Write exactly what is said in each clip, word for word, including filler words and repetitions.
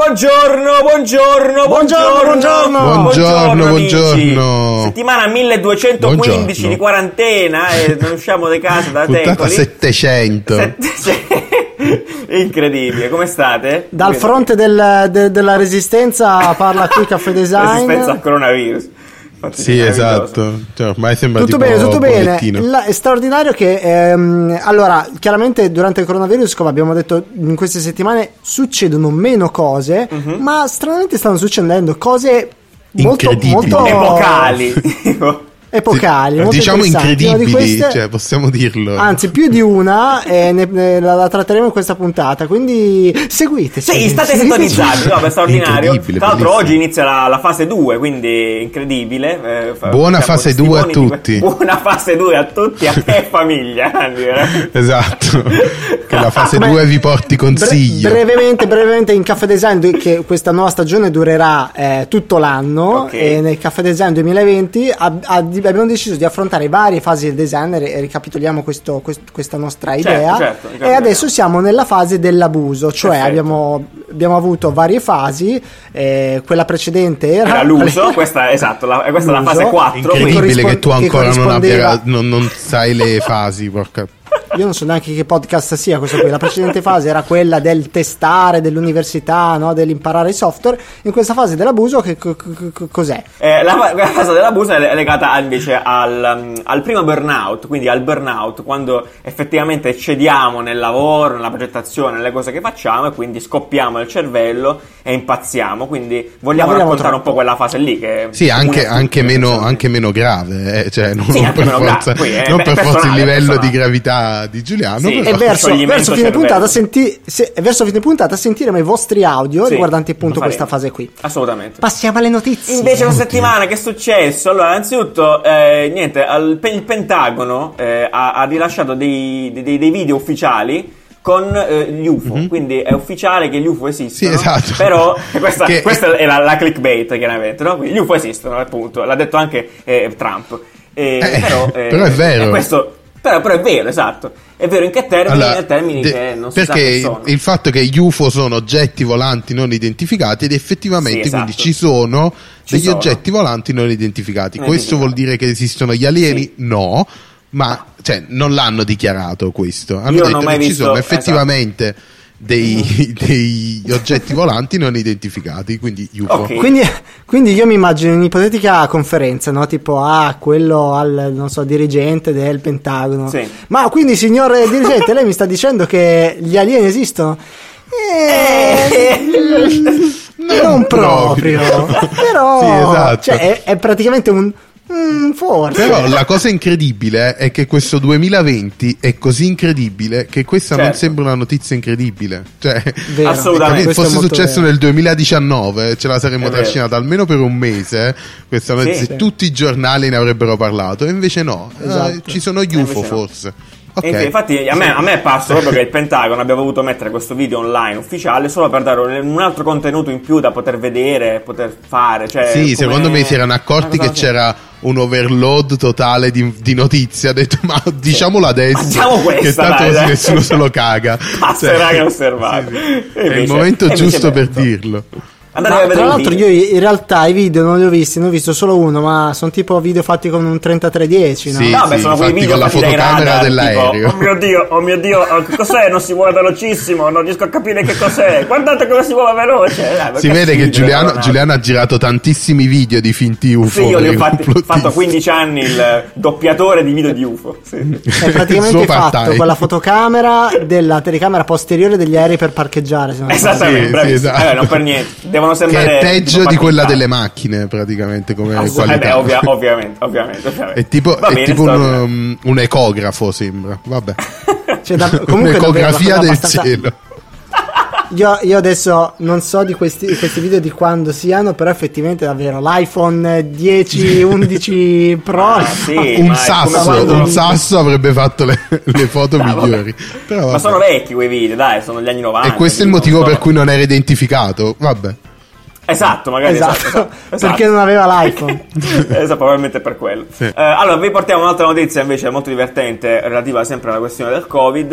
buongiorno, buongiorno, buongiorno, buongiorno, buongiorno, buongiorno. Settimana milleduecentoquindici buongiorno. Di quarantena e non usciamo di casa da puntata settecento. settecento. Incredibile, come state? Dal fronte del, de, della resistenza parla qui Caffè Design. Resistenza al coronavirus. Infatti sì, esatto. Cioè, ormai sembra tutto tipo bene, tutto bene. bollettino. La, è straordinario che ehm, allora, chiaramente durante il coronavirus, come abbiamo detto, in queste settimane succedono meno cose, uh-huh. ma stranamente stanno succedendo cose molto, molto epocali. epocali, sì, diciamo incredibili, di queste, cioè possiamo dirlo, anzi più di una, e ne, ne, la, la tratteremo in questa puntata, quindi seguite, sì, seguite, state sintonizzati, no, è straordinario. Tra l'altro oggi inizia la, la fase due, quindi incredibile. Eh, buona fase due a tutti, buona fase due a tutti, a te e famiglia. Esatto, che la fase due vi porti consigli. Bre- brevemente brevemente in Caffè Design, che questa nuova stagione durerà eh, tutto l'anno, okay. E nel Caffè Design duemilaventi ha, ha abbiamo deciso di affrontare varie fasi del design e ricapitoliamo questo, quest, questa nostra idea, certo, certo, e adesso siamo nella fase dell'abuso, cioè abbiamo, abbiamo avuto varie fasi, eh, quella precedente era, era l'uso, questa, esatto, la, questa è la fase quattro. Incredibile che tu ancora che non, abbia, non, non sai le fasi, porca. Io non so neanche che podcast sia questo qui. La precedente fase era quella del testare, dell'università, no? Dell'imparare il software. In questa fase dell'abuso che co- co- cos'è? Eh, la, la fase dell'abuso è legata invece al, al primo burnout, quindi al burnout, quando effettivamente eccediamo nel lavoro, nella progettazione, nelle cose che facciamo, e quindi scoppiamo il cervello e impazziamo. Quindi vogliamo raccontare troppo. un po' quella fase lì che sì, anche, anche, meno, anche meno grave, eh? Cioè non, sì, non per forza, Poi, eh, non per forza il livello personale. di gravità di Giuliano, sì, e verso, verso fine puntata senti, se, verso fine puntata sentiremo i vostri audio sì, riguardanti appunto questa fase qui. Assolutamente. Passiamo alle notizie. Invece questa settimana che è successo? Allora, innanzitutto eh, niente, al, il Pentagono eh, ha, ha rilasciato dei, dei, dei video ufficiali con eh, gli U F O, mm-hmm. Quindi è ufficiale che gli U F O esistono. Sì, esatto. Però questa, che... questa è la, la clickbait, chiaramente, no? Quindi gli U F O esistono, appunto, l'ha detto anche eh, Trump. Eh, eh, però, eh, però è vero. E questo Però, però è vero, esatto. È vero in che termini? Allora, in termini de- che non si sa che perché sono. il fatto che gli U F O sono oggetti volanti non identificati, ed effettivamente sì, esatto. quindi ci sono ci degli sono. oggetti volanti non identificati. Non Questo identificati. vuol dire che esistono gli alieni? Sì. No, ma cioè non l'hanno dichiarato questo. Hanno Io detto non ho mai che visto, ci sono effettivamente esatto. dei, degli oggetti volanti non identificati, quindi U F O. Okay. Quindi, quindi io mi immagino un'ipotetica conferenza, no? Tipo, ah, quello al, non so, dirigente del Pentagono. Sì. Ma quindi, signor dirigente, lei mi sta dicendo che gli alieni esistono? Eh, non, non proprio. proprio. Però, sì, esatto. cioè, è, è praticamente un... Mm, forse. Però la cosa incredibile è che questo duemilaventi è così incredibile che questa certo. non sembra una notizia incredibile. Cioè, vero. Assolutamente. Se fosse successo vero. nel duemiladiciannove ce la saremmo trascinata almeno per un mese. Questa notizia, sì. tutti i giornali ne avrebbero parlato, e invece no. Esatto. Eh, ci sono gli U F O forse. Okay. Infatti a me, a me è parso proprio che il Pentagono abbia voluto mettere questo video online ufficiale solo per dare un altro contenuto in più da poter vedere, poter fare, cioè, sì, come... secondo me si erano accorti che c'era un overload totale di, di notizie. Ha detto ma diciamolo adesso, facciamo questa, che tanto dai, così dai. nessuno se lo caga. Passerà che osservare. Sì, sì. È il momento giusto per dirlo. Ma, tra l'altro io in realtà i video non li ho visti, ne ho visto solo uno, ma sono tipo video fatti con un trentatré dieci, no? Sì, no, beh, sì, sono quei video con la fatti fotocamera radar, dell'aereo. Tipo, oh mio Dio, oh mio Dio, che cos'è? Non si muove velocissimo, non riesco a capire che cos'è. Guardate come si muove veloce. Eh, si vede che Giuliano, Giuliano ha girato tantissimi video di finti U F O. Sì, io li ho fatti, fatto quindici anni il doppiatore di video di U F O. Sì. È praticamente fatto con la fotocamera della telecamera posteriore degli aerei per parcheggiare. Se non Esattamente, sì, bravissimo. sì, esatto. Allora, non per niente. Devono sembrare che è peggio di quella delle macchine, praticamente, come ah, qualità. Eh beh, ovvia, ovviamente, ovviamente, ovviamente. È tipo, è bene, tipo un, um, un ecografo, sembra. Vabbè. Cioè, da, comunque un'ecografia del abbastanza... cielo. Io, io adesso non so di questi, questi video di quando siano, però effettivamente davvero l'iPhone dieci, undici Pro ah, sì, un sasso, quando... un sasso avrebbe fatto le, le foto no, migliori. Però, ma sono vecchi quei video, dai, sono gli anni novanta. E questo è il motivo per cui non era identificato. Vabbè. Esatto, magari esatto, esatto, esatto. Perché non aveva l'iPhone. Esatto, probabilmente per quello. Sì. Eh, allora, vi portiamo un'altra notizia invece molto divertente relativa sempre alla questione del Covid.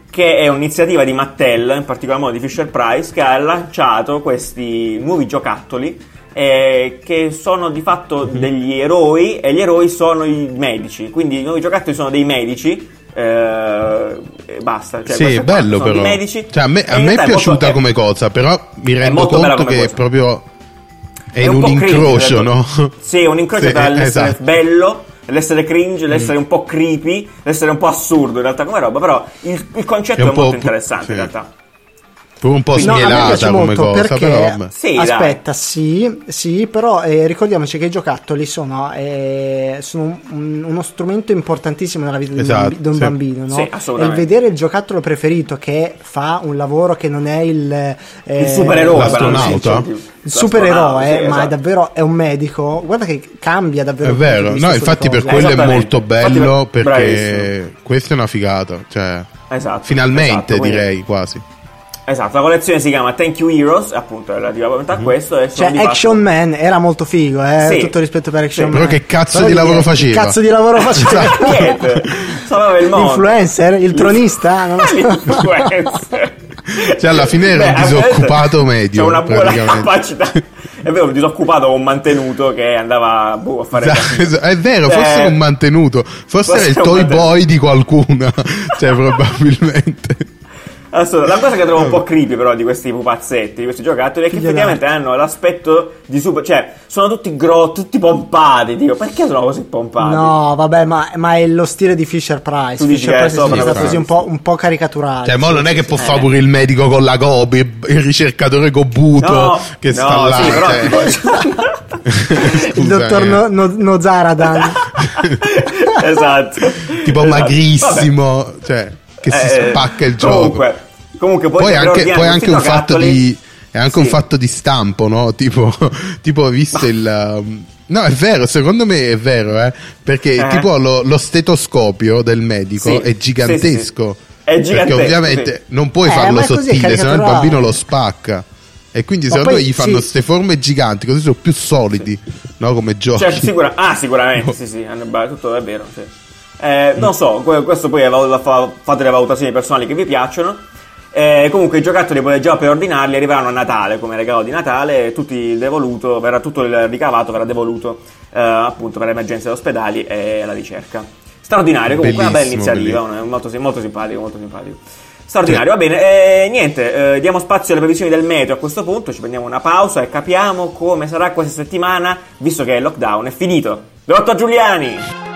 che è un'iniziativa di Mattel, in particolar modo di Fisher-Price, che ha lanciato questi nuovi giocattoli eh, che sono di fatto degli eroi, e gli eroi sono i medici, quindi i nuovi giocattoli sono dei medici. Eh, basta, cioè, sì, bello però. Medici, cioè, a me, a me è, è piaciuta molto, come cosa, però mi rendo conto che è proprio è, è in un, un incrocio, no? Sì, un incrocio sì, tra l'essere esatto. bello, l'essere cringe, l'essere mm. un po' creepy, l'essere un po' assurdo in realtà come roba, però il, il concetto è, è molto interessante sì. in realtà. Un po' smielata no, come cosa, perché, però sì, aspetta, sì, sì, però eh, ricordiamoci che i giocattoli sono, eh, sono un, uno strumento importantissimo nella vita esatto, di un, bambi- di un sì. bambino, no? Sì, assolutamente. E il vedere il giocattolo preferito che fa un lavoro che non è il eh, il supereroe, l'astronauta, il supereroe, sì, esatto. ma è davvero è un medico. Guarda che cambia davvero. È vero, no, infatti per quello è molto bello perché bravissimo. Questa è una figata, cioè esatto, finalmente esatto, direi quindi... quasi. Esatto, la collezione si chiama Thank You Heroes, appunto relativamente a questo. E cioè, Action fatto... Man era molto figo, eh? Sì. Tutto rispetto per Action sì, Man. Però che cazzo però di lavoro che, faceva? Che cazzo di lavoro faceva? Niente, salvava il mondo. L'influencer? Il tronista? Non lo so. L'influencer. Cioè, alla fine era Beh, un disoccupato medio. C'è una buona capacità. È vero, un disoccupato o un mantenuto che andava boh, a fare. Esatto, è vero, eh, forse un mantenuto. Forse era il toy boy di qualcuno. Cioè, probabilmente. Adesso, la cosa che trovo un po' creepy però di questi pupazzetti, di questi giocattoli, è che effettivamente hanno l'aspetto di super, cioè sono tutti gro, tutti pompati, dico, perché sono così pompati? No, vabbè, ma, ma è lo stile di Fisher-Price. Tu Fisher-Price è stato così un po', un po' caricaturale. Cioè, mo non è che può eh. fare pure il medico con la Gobi, il ricercatore con buto no, che sta no, là. Sì, però, cioè... il dottor no, no, Nozaradan. Esatto. Tipo esatto. magrissimo, vabbè. Cioè... che si eh, spacca il comunque, gioco. Comunque poi anche, poi anche un fatto di è anche sì. un fatto di stampo, no? Tipo, tipo hai visto il um, no, è vero, secondo me è vero, eh? Perché eh. tipo lo, lo stetoscopio del medico sì. è gigantesco. Sì, sì, sì. È gigantesco. Perché ovviamente sì. non puoi eh, farlo sottile, sennò il bambino lo spacca. E quindi ma secondo me gli fanno queste sì. forme giganti, così sono più solidi, sì. no? Come giochi. Cioè, sicura- ah, sicuramente, sì, sì, tutto è vero, sì. Eh, non so, questo poi fate le valutazioni personali che vi piacciono. Eh, comunque i giocattoli potete già preordinarli, arriveranno a Natale come regalo di Natale, tutti devoluto, verrà tutto il ricavato verrà devoluto eh, appunto per le emergenze ospedali e la ricerca. Straordinario, comunque bellissimo, una bella iniziativa, bellissimo. molto, molto simpatico, molto simpatico. Straordinario, sì. Va bene, eh, niente, eh, diamo spazio alle previsioni del meteo a questo punto, ci prendiamo una pausa e capiamo come sarà questa settimana, visto che il lockdown è finito. Dottor Giuliani!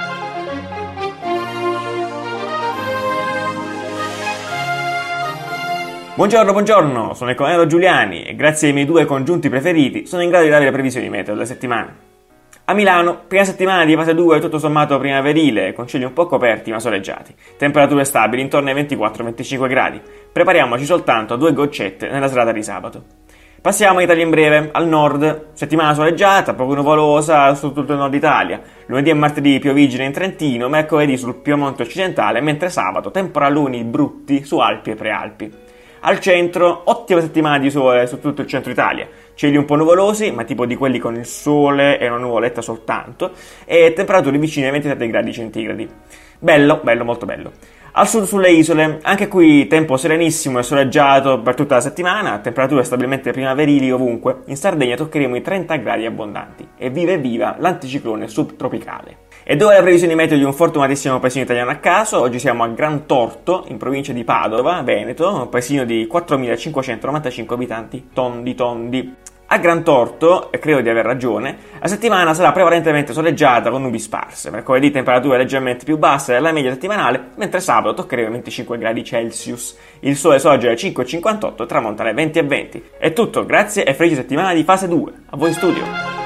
Buongiorno, buongiorno, sono il colonnello Giuliani e grazie ai miei due congiunti preferiti sono in grado di dare le previsioni meteo della settimana. A Milano, prima settimana di fase due tutto sommato primaverile, con cieli un po' coperti ma soleggiati, temperature stabili intorno ai ventiquattro venticinque gradi, prepariamoci soltanto a due goccette nella serata di sabato. Passiamo in Italia in breve, al nord, settimana soleggiata, poco nuvolosa su tutto il nord Italia, lunedì e martedì piovigine in Trentino, mercoledì sul Piemonte occidentale, mentre sabato temporaloni brutti su Alpi e Prealpi. Al centro, ottima settimana di sole su tutto il centro Italia, cieli un po' nuvolosi, ma tipo di quelli con il sole e una nuvoletta soltanto, e temperature vicine ai ventisette gradi centigradi. Bello, bello, molto bello. Al sud sulle isole, anche qui tempo serenissimo e soleggiato per tutta la settimana, temperature stabilmente primaverili ovunque, in Sardegna toccheremo i trenta gradi abbondanti, e viva e viva l'anticiclone subtropicale. E dove la previsione meteo di un fortumatissimo paesino italiano a caso, oggi siamo a Gran Torto, in provincia di Padova, Veneto, un paesino di quattromilacinquecentonovantacinque abitanti, tondi tondi. A Gran Torto, e credo di aver ragione, la settimana sarà prevalentemente soleggiata con nubi sparse, mercoledì temperature leggermente più basse della media settimanale, mentre sabato toccheremo i venticinque gradi Celsius. Il sole sorge alle cinque e cinquantotto e tramonta alle venti e venti. È tutto, grazie e felice settimana di fase due. A voi in studio.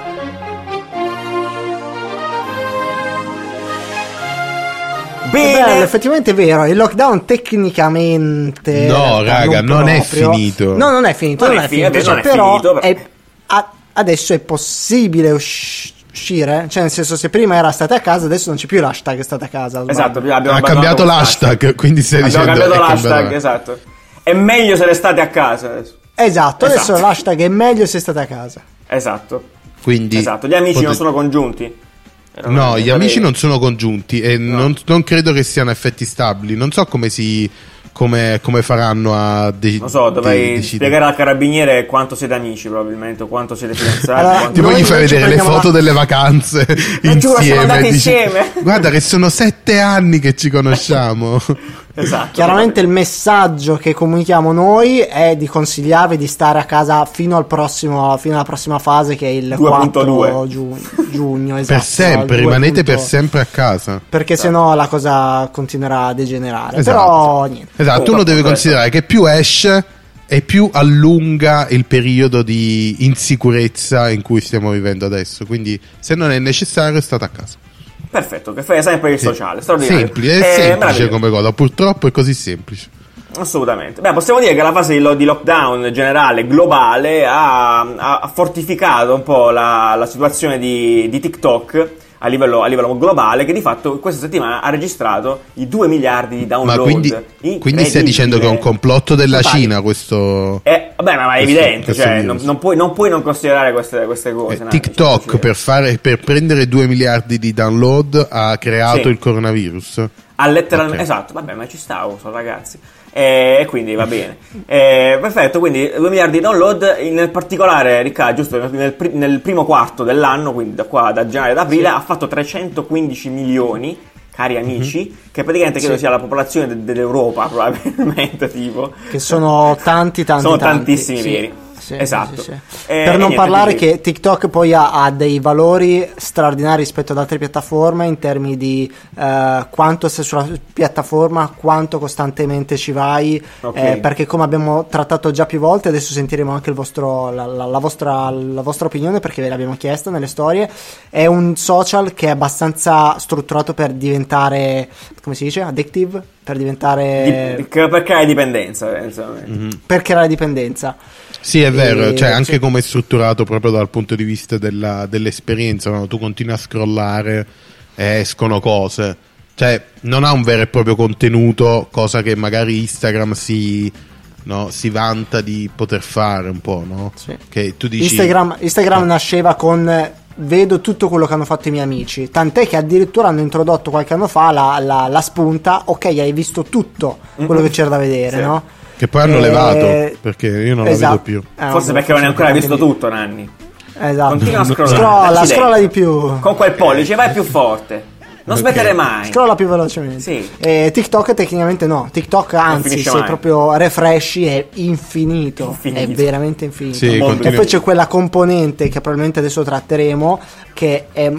Bene. Bello, effettivamente è vero, il lockdown tecnicamente no raga non, non è finito no non è finito non, non è finito, finito cioè, non è però finito, è, a, adesso è possibile uscire, cioè nel senso se prima era state a casa adesso non c'è più l'hashtag state a casa esatto, abbiamo ha cambiato l'hashtag quindi stai abbiamo dicendo cambiato l'hashtag cambiato. Esatto, è meglio se restate a casa adesso. Esatto, adesso esatto. L'hashtag è meglio se state a casa esatto quindi esatto, gli amici potete... non sono congiunti. No, gli amici non sono congiunti e no. non, non credo che siano effetti stabili. Non so come si, come, come faranno a decidere. Non so, dovrei spiegare al carabiniere quanto siete amici, probabilmente, o quanto siete fidanzati. Allora, quanto... Tipo gli fai vedere le foto la... delle vacanze insieme. Giuro, siamo andati dici, insieme. Guarda che sono sette anni che ci conosciamo. Esatto. Chiaramente il messaggio che comunichiamo noi è di consigliarvi di stare a casa fino al prossimo, fino alla prossima fase, che è il quattro giugno, giugno esatto, per sempre, rimanete per sempre a casa, perché esatto. sennò la cosa continuerà a degenerare. Esatto. Però niente. Esatto, uno deve considerare che più esce e più allunga il periodo di insicurezza in cui stiamo vivendo adesso. Quindi se non è necessario, state a casa. Perfetto, che fai sempre il sociale, straordinario. Semplice, è eh, semplice come cosa, purtroppo è così semplice. Assolutamente. Beh, possiamo dire che la fase di, lo- di lockdown generale, globale, ha, ha fortificato un po' la, la situazione di, di TikTok a livello, a livello globale, che di fatto questa settimana ha registrato i due miliardi di download. Ma quindi, quindi stai dicendo che è un complotto della totali. Cina questo? Eh, vabbè, ma è questo, evidente, questo cioè, non, non, puoi, non puoi non considerare queste, queste cose. Eh, TikTok cioè, per, fare, per prendere due miliardi di download ha creato sì. il coronavirus. Ha letteralmente, okay. Esatto, vabbè, ma ci stavo, sono ragazzi. E quindi va bene. E, perfetto, quindi due miliardi di download. Nel particolare, Riccardo, giusto nel, nel primo quarto dell'anno, quindi da qua da gennaio ad aprile, sì. ha fatto trecentoquindici milioni, cari amici, mm-hmm. che praticamente credo sì. sia la popolazione de- dell'Europa, probabilmente, tipo. Che sono tanti, tanti, sono tanti. tantissimi sì. veri. Sì, esatto. Sì, sì. Eh, per non niente, parlare quindi... che TikTok poi ha, ha dei valori straordinari rispetto ad altre piattaforme in termini di uh, quanto sei sulla piattaforma, quanto costantemente ci vai, okay. eh, perché come abbiamo trattato già più volte, adesso sentiremo anche il vostro, la, la, la, vostra, la vostra opinione, perché ve l'abbiamo chiesto nelle storie. È un social che è abbastanza strutturato per diventare, come si dice, addictive, per diventare Di, per creare dipendenza, mm-hmm. per creare dipendenza. Sì, è vero, e, cioè anche sì. come è strutturato proprio dal punto di vista della, dell'esperienza, no? Tu continui a scrollare e escono cose, cioè non ha un vero e proprio contenuto, cosa che magari Instagram si, no, si vanta di poter fare un po', no? Sì. Che tu dici Instagram, Instagram eh. nasceva con vedo tutto quello che hanno fatto i miei amici, tant'è che addirittura hanno introdotto qualche anno fa la, la, la spunta, ok, hai visto tutto quello mm-hmm. che c'era da vedere, sì. no? Che poi hanno eh, levato, perché io non esatto. la vedo più. Eh, forse perché non hai ancora visto di... tutto, Nanni. Esatto. Continua a scrollare. Scrolla, scrolla di più. Con quel pollice, vai più forte. Non okay. smettere mai. Scrolla più velocemente. Sì. Eh, TikTok tecnicamente no. TikTok anzi, se mai. proprio refreshi è infinito. infinito. È veramente infinito. Sì, e poi c'è quella componente che probabilmente adesso tratteremo, che è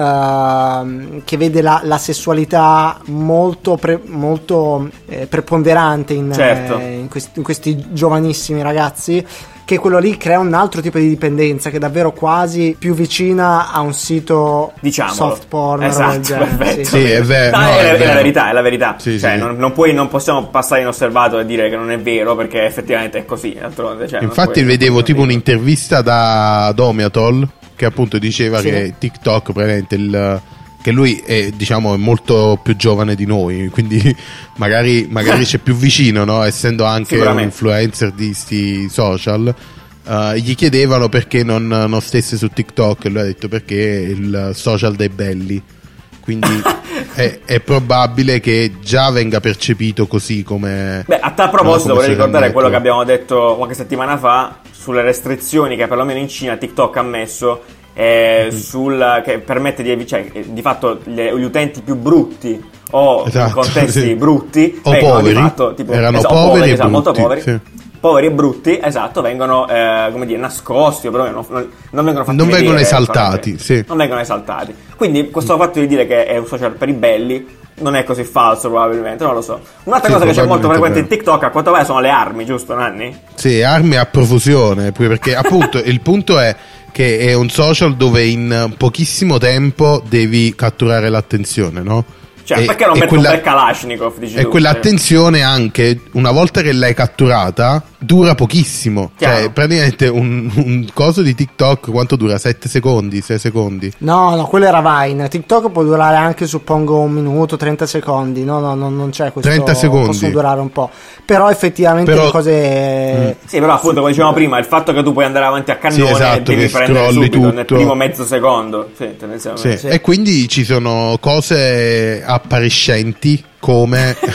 Uh, che vede la, la sessualità molto, pre, molto eh, preponderante in, certo. eh, in, questi, in questi giovanissimi ragazzi, che quello lì crea un altro tipo di dipendenza che è davvero quasi più vicina a un sito, diciamolo, soft porn, esatto, perfetto. Sì, sì, è vero, no, no, è, è, è la verità, è la verità. Sì, cioè, sì. Non, non, puoi, non possiamo passare inosservato e dire che non è vero, perché effettivamente è così. Cioè, infatti puoi, vedevo tipo un'intervista da Domiatol, che appunto diceva sì. che TikTok praticamente il, che lui è, diciamo, è molto più giovane di noi, quindi magari, magari c'è più vicino, no? Essendo anche un influencer di sti social. Uh, gli chiedevano perché non, non stesse su TikTok e lui ha detto perché è il social dei belli, quindi è, è probabile che già venga percepito così come. Beh, a tal proposito, no, vorrei ricordare quello che abbiamo detto qualche settimana fa sulle restrizioni che perlomeno in Cina TikTok ha messo, eh, mm. sul, che permette di, cioè, di fatto gli, gli utenti più brutti o esatto, in contesti sì. brutti o poveri, di fatto, tipo, erano esatto, poveri, poveri e esatto, brutti, molto poveri. Sì. Poveri e brutti, esatto, vengono eh, come dire nascosti, o però non, non, non vengono fatti non vedere, vengono esaltati, sì. non vengono esaltati. Quindi questo fatto di dire che è un social per i belli non è così falso, probabilmente, non lo so. Un'altra sì, cosa che c'è molto frequente in TikTok, a quanto pare, sono le armi, giusto, Nanni? Sì, armi a profusione, perché appunto il punto è che è un social dove in pochissimo tempo devi catturare l'attenzione, no? Cioè, e, perché non metto quella, un bel Kalashnikov, dici e tu, quell'attenzione anche, una volta che l'hai catturata, dura pochissimo. Chiaro. Cioè, praticamente un, un coso di TikTok quanto dura? sette secondi, sei secondi? No, no, quello era Vine. TikTok può durare anche, suppongo, un minuto, trenta secondi. No, no, no, non c'è questo. trenta secondi. Possono durare un po'. Però effettivamente però, le cose... Mm. Sì, però appunto, come dicevamo prima, il fatto che tu puoi andare avanti a cannone sì, esatto, e devi prendere subito tutto. nel primo mezzo secondo. Sì, tendenzialmente. Sì. Sì. E quindi ci sono cose appariscenti come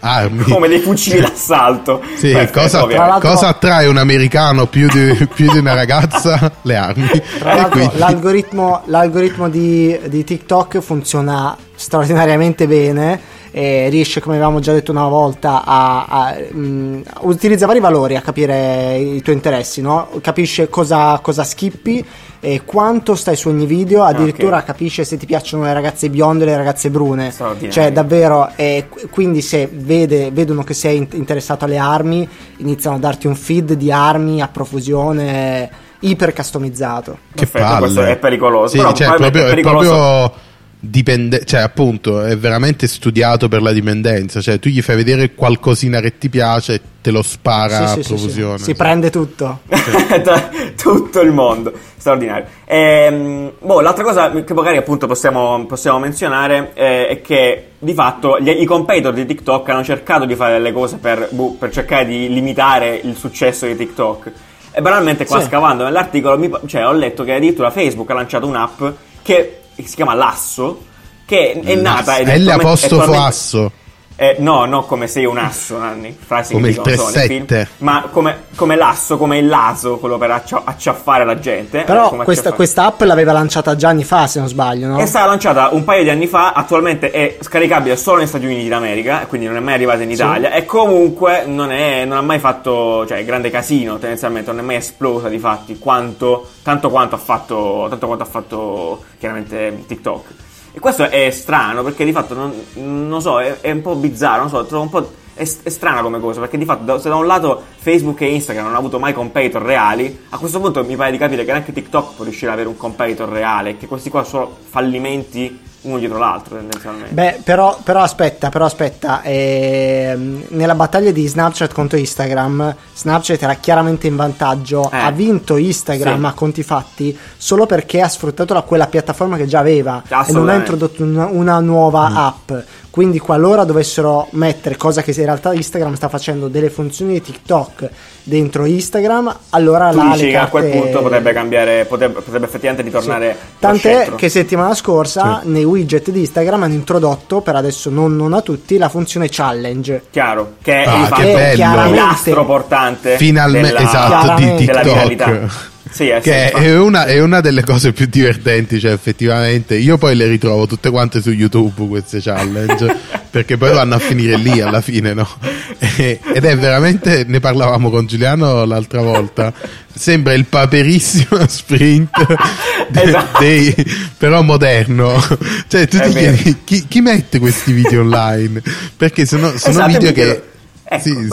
armi. Come dei fucili d'assalto. Sì, Perfetto, cosa, attra- cosa attrae un americano più di, più di una ragazza? Le armi. Tra l'altro, quindi... l'algoritmo, l'algoritmo di, di TikTok funziona straordinariamente bene. E riesce, come avevamo già detto una volta, a, a mh, utilizza vari valori a capire i tuoi interessi, no? Capisce cosa, cosa skippi e quanto stai su ogni video, addirittura okay. capisce se ti piacciono le ragazze bionde e le ragazze brune, cioè davvero, e quindi se vede, vedono che sei interessato alle armi, iniziano a darti un feed di armi a profusione iper customizzato. Che Perfetto, questo è pericoloso. Sì, però cioè, proprio, è pericoloso. È proprio dipende, cioè appunto è veramente studiato per la dipendenza, cioè tu gli fai vedere qualcosina che ti piace e te lo spara sì, a sì, profusione. Sì, sì. Si prende tutto. Tutto il mondo, straordinario. Ehm, boh, l'altra cosa che magari appunto possiamo, possiamo menzionare eh, è che di fatto gli, i competitor di TikTok hanno cercato di fare delle cose per, boh, per cercare di limitare il successo di TikTok. E banalmente qua sì. scavando nell'articolo mi, cioè, ho letto che addirittura Facebook ha lanciato un'app che si chiama Lasso, che è nata L apostrofo asso eh, no, no come sei un asso, Nanni, frasi come il tre sette, ma come, come l'asso, come il laso, quello per accia- acciaffare la gente. Però eh, questa, questa app l'aveva lanciata già anni fa, se non sbaglio, no? È stata lanciata un paio di anni fa, attualmente è scaricabile solo negli Stati Uniti d'America, quindi non è mai arrivata in Italia, sì. E comunque non, è, non ha mai fatto, cioè, grande casino tendenzialmente, non è mai esplosa di fatti quanto, tanto quanto ha fatto, tanto quanto ha fatto chiaramente TikTok. E questo è strano perché di fatto non, non so, è, è un po' bizzarro, non so, trovo un po' è, è strana come cosa, perché di fatto se da un lato Facebook e Instagram non hanno avuto mai competitor reali, a questo punto mi pare di capire che anche TikTok può riuscire ad avere un competitor reale, che questi qua sono solo fallimenti uno dietro l'altro tendenzialmente. Beh, però, però aspetta, però aspetta, ehm, nella battaglia di Snapchat contro Instagram, Snapchat era chiaramente in vantaggio, eh, ha vinto Instagram sì. a conti fatti solo perché ha sfruttato la, quella piattaforma che già aveva e non ha introdotto una, una nuova mm. app. Quindi qualora dovessero mettere, cosa che in realtà Instagram sta facendo, delle funzioni di TikTok dentro Instagram, allora tu là dici le che carte... a quel punto potrebbe cambiare, potrebbe, potrebbe effettivamente ritornare sì. Tant'è che settimana scorsa sì. nei widget di Instagram hanno introdotto, per adesso non, non a tutti, la funzione challenge. Chiaro, che è ah, che il l'astro portante finalmente della, esatto di TikTok. Sì, è che è una, è una delle cose più divertenti, cioè effettivamente io poi le ritrovo tutte quante su YouTube queste challenge perché poi vanno a finire lì alla fine, no? E, ed è veramente, ne parlavamo con Giuliano l'altra volta, sembra il paperissimo sprint de, esatto. dei, però moderno, cioè tu è ti vero. chiedi chi, chi mette questi video online, perché sono, sono esatto, video che ecco, sì,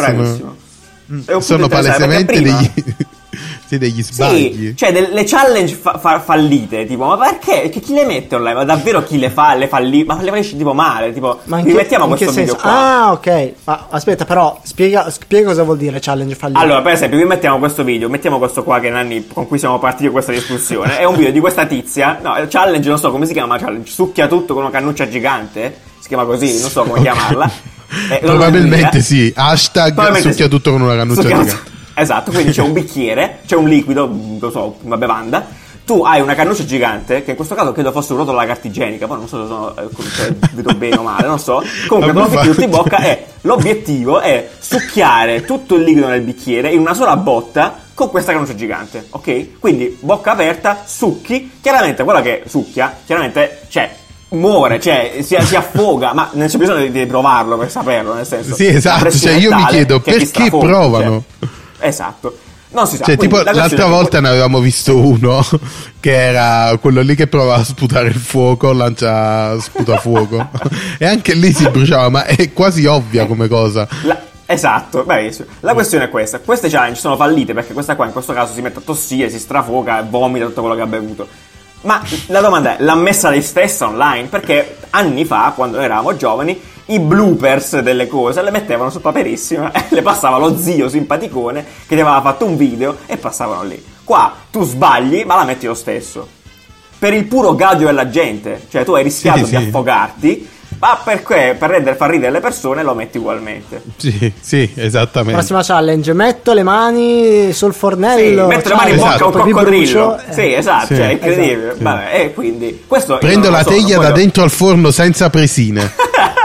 sono, sono palesemente degli sì, degli sbagli, sì, cioè delle challenge fa- fa- fallite, tipo, ma perché? Che chi le mette online? Ma davvero chi le fa? Le falli? Ma le fai tipo male, tipo, ma in rimettiamo che, in questo che video senso? qua. Ah, ok. Ma aspetta, però spiega, spiega cosa vuol dire challenge fallite. Allora, per esempio, vi mettiamo questo video, mettiamo questo qua che Nanni con cui siamo partiti questa discussione. È un video di questa tizia, no, challenge, non so come si chiama challenge, succhia tutto con una cannuccia gigante, si chiama così, non so come okay. chiamarla. Eh, probabilmente sì, hashtag probabilmente succhia sì. tutto con una cannuccia succhia gigante. Esatto, quindi c'è un bicchiere, c'è un liquido, non so, una bevanda, tu hai una cannuccia gigante, che in questo caso credo fosse un rotolo alla carta igienica, poi non so se sono, cioè, vedo bene o male, non so, comunque te lo metti tutto in bocca e l'obiettivo è succhiare tutto il liquido nel bicchiere in una sola botta con questa cannuccia gigante, ok? Quindi bocca aperta, succhi, chiaramente quella che succhia, chiaramente c'è... muore, cioè si, si affoga, ma non c'è bisogno di, di provarlo per saperlo, nel senso sì esatto, cioè io mi chiedo perché provano, cioè, esatto, non si sa, cioè tipo l'altra volta ne avevamo visto uno che era quello lì che prova a sputare il fuoco, lancia sputa fuoco e anche lì si bruciava, ma è quasi ovvia come cosa. La, esatto, bravissimo. La questione è questa, queste challenge sono fallite perché questa qua in questo caso si mette a tossire, si strafoga e vomita tutto quello che ha bevuto. Ma la domanda è, l'ha messa lei stessa online? Perché anni fa, quando noi eravamo giovani, i bloopers delle cose le mettevano su Paperissima e le passava lo zio simpaticone che ti aveva fatto un video e passavano lì. Qua tu sbagli, ma la metti lo stesso. Per il puro gadio della gente. Cioè tu hai rischiato sì, di sì. affogarti, ma perché per rendere far ridere le persone lo metti ugualmente. Sì, sì, esattamente. Prossima challenge, metto le mani sul fornello. Sì, metto le mani in bocca a un coccodrillo. Eh. Sì, esatto, sì, cioè, è incredibile. Esatto, sì. Vabbè, e quindi questo prendo la so, teglia da dentro al forno senza presine.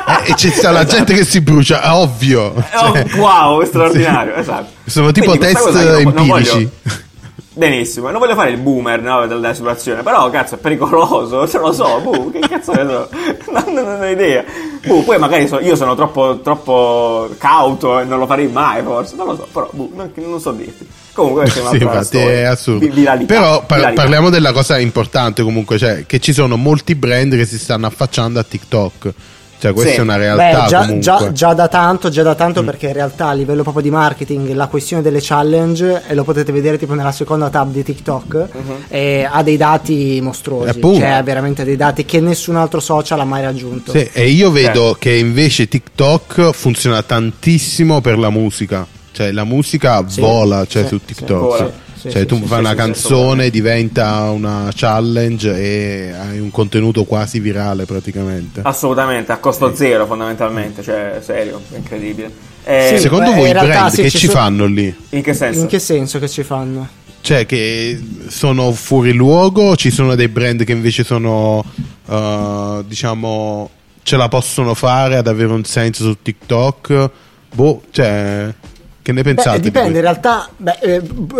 e c'è sta la gente che si brucia, ovvio. Cioè, oh, wow, straordinario, esatto. Sono tipo quindi test empirici. Benissimo, non voglio fare il boomer, no, della situazione, però cazzo è pericoloso, se lo so, boh, che cazzo ne so, non, non, non ho idea. Boh, poi magari so, io sono troppo troppo cauto e non lo farei mai, forse, non lo so, però boh, non, non so dirti. Comunque questa è un'altra sì, storia. È assurdo. Viralità, però par- viralità. Parliamo della cosa importante comunque, cioè che ci sono molti brand che si stanno affacciando a TikTok. Cioè questa sì. è una realtà. Beh, già, comunque. Già, già da tanto, già da tanto mm. perché in realtà a livello proprio di marketing la questione delle challenge, e lo potete vedere tipo nella seconda tab di TikTok, uh-huh. eh, ha dei dati mostruosi, Appunto. cioè ha veramente dei dati che nessun altro social ha mai raggiunto. Sì, e io vedo eh. che invece TikTok funziona tantissimo per la musica, cioè la musica sì. vola cioè, sì. su TikTok. Sì. Sì, cioè sì, tu sì, fai sì, una sì, canzone, diventa una challenge e hai un contenuto quasi virale praticamente. Assolutamente, a costo sì. zero fondamentalmente, cioè serio, è incredibile. Eh, sì, secondo beh, voi i brand sì, che ci, ci so... fanno lì? In che senso? In che senso che ci fanno? Cioè che sono fuori luogo, ci sono dei brand che invece sono uh, diciamo ce la possono fare ad avere un senso su TikTok? Boh, cioè... Che ne pensate? Beh, dipende, in realtà beh, eh,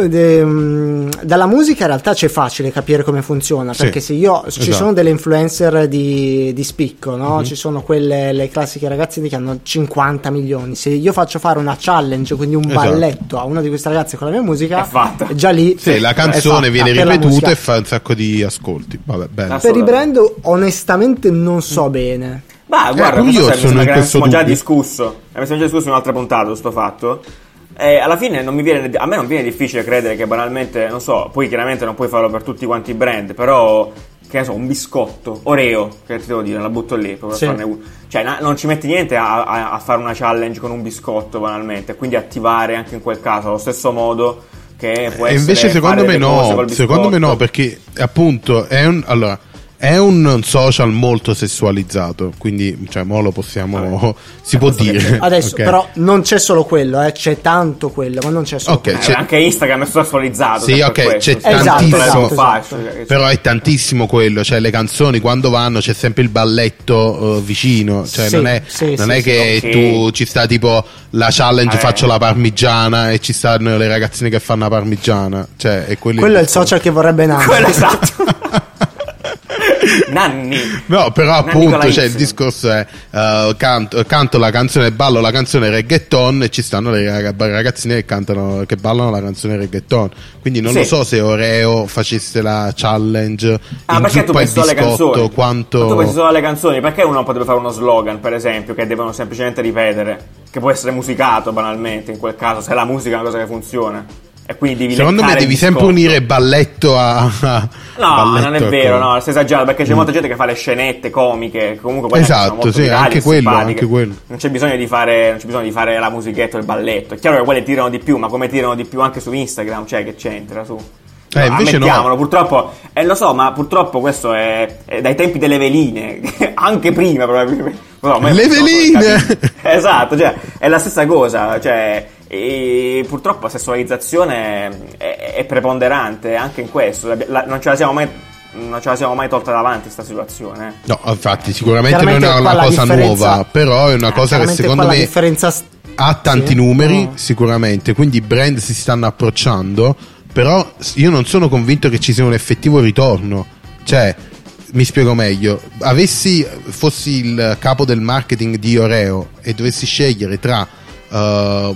de, dalla musica in realtà c'è facile capire come funziona, sì, perché se io esatto. ci sono delle influencer di, di spicco, no? Mm-hmm. Ci sono quelle, le classiche ragazzine che hanno cinquanta milioni. Se io faccio fare una challenge, quindi un esatto. balletto a una di queste ragazze con la mia musica, è fatta. Già lì sì, la canzone viene ripetuta e fa un sacco di ascolti. Vabbè, bene. Per i brand onestamente non so mm. bene. Ma guarda, eh, io sono in questo abbiamo già discusso, abbiamo già discusso in un'altra puntata su sto fatto. E alla fine non mi viene, a me non viene difficile credere che banalmente, non so, poi chiaramente non puoi farlo per tutti quanti i brand, però che ne so, un biscotto Oreo, che ti devo dire, la butto lì proprio sì. farne uno. Cioè na, non ci metti niente a, a, a fare una challenge con un biscotto banalmente, quindi attivare anche in quel caso allo stesso modo che può essere. E invece secondo me no, secondo me no, perché appunto è un allora è un social molto sessualizzato, quindi cioè mo lo possiamo Vabbè, si può dire adesso okay. Però non c'è solo quello, eh, c'è tanto quello, ma non c'è solo okay, quello. C'è... Eh, anche Instagram è sessualizzato. Sì, ok, questo, c'è cioè, tantissimo esatto, esatto, esatto. Però è tantissimo quello, cioè le canzoni quando vanno c'è sempre il balletto uh, vicino, cioè sì, non è, sì, non sì, è che okay. tu ci sta tipo la challenge eh. faccio la parmigiana e ci stanno le ragazzine che fanno la parmigiana, cioè è quello, quello è il social che vorrebbe Nanni. Quello esatto. Nanni. No, però Nanni appunto cioè, il discorso è uh, canto, canto la canzone, ballo la canzone reggaeton e ci stanno le ragazzine che cantano, che ballano la canzone reggaeton, quindi non sì. lo so se Oreo facesse la challenge ah, in perché tu pensi alle canzoni quanto... tu pensi solo alle canzoni, perché uno potrebbe fare uno slogan per esempio che devono semplicemente ripetere, che può essere musicato banalmente in quel caso, se la musica è una cosa che funziona. E quindi devi secondo me devi sempre unire balletto a, a no balletto non è vero no stai esagerando perché c'è mm. molta gente che fa le scenette comiche comunque poi esatto sì anche quello, anche quello non c'è bisogno di fare non c'è bisogno di fare la musichetta o il balletto, è chiaro che quelle tirano di più, ma come tirano di più anche su Instagram, cioè che c'entra su eh, no, invece ammettiamolo no. Purtroppo eh, lo so, ma purtroppo questo è, è dai tempi delle veline anche prima probabilmente no, le veline esatto, cioè è la stessa cosa, cioè e purtroppo la sessualizzazione è, è preponderante anche in questo, la, non ce la siamo mai non ce la siamo mai tolta davanti sta situazione. No, infatti sicuramente non è una cosa nuova, però è una eh, cosa che secondo me st- ha tanti sì, numeri no. sicuramente, quindi i brand si stanno approcciando, però io non sono convinto che ci sia un effettivo ritorno, cioè mi spiego meglio, avessi fossi il capo del marketing di Oreo e dovessi scegliere tra Uh,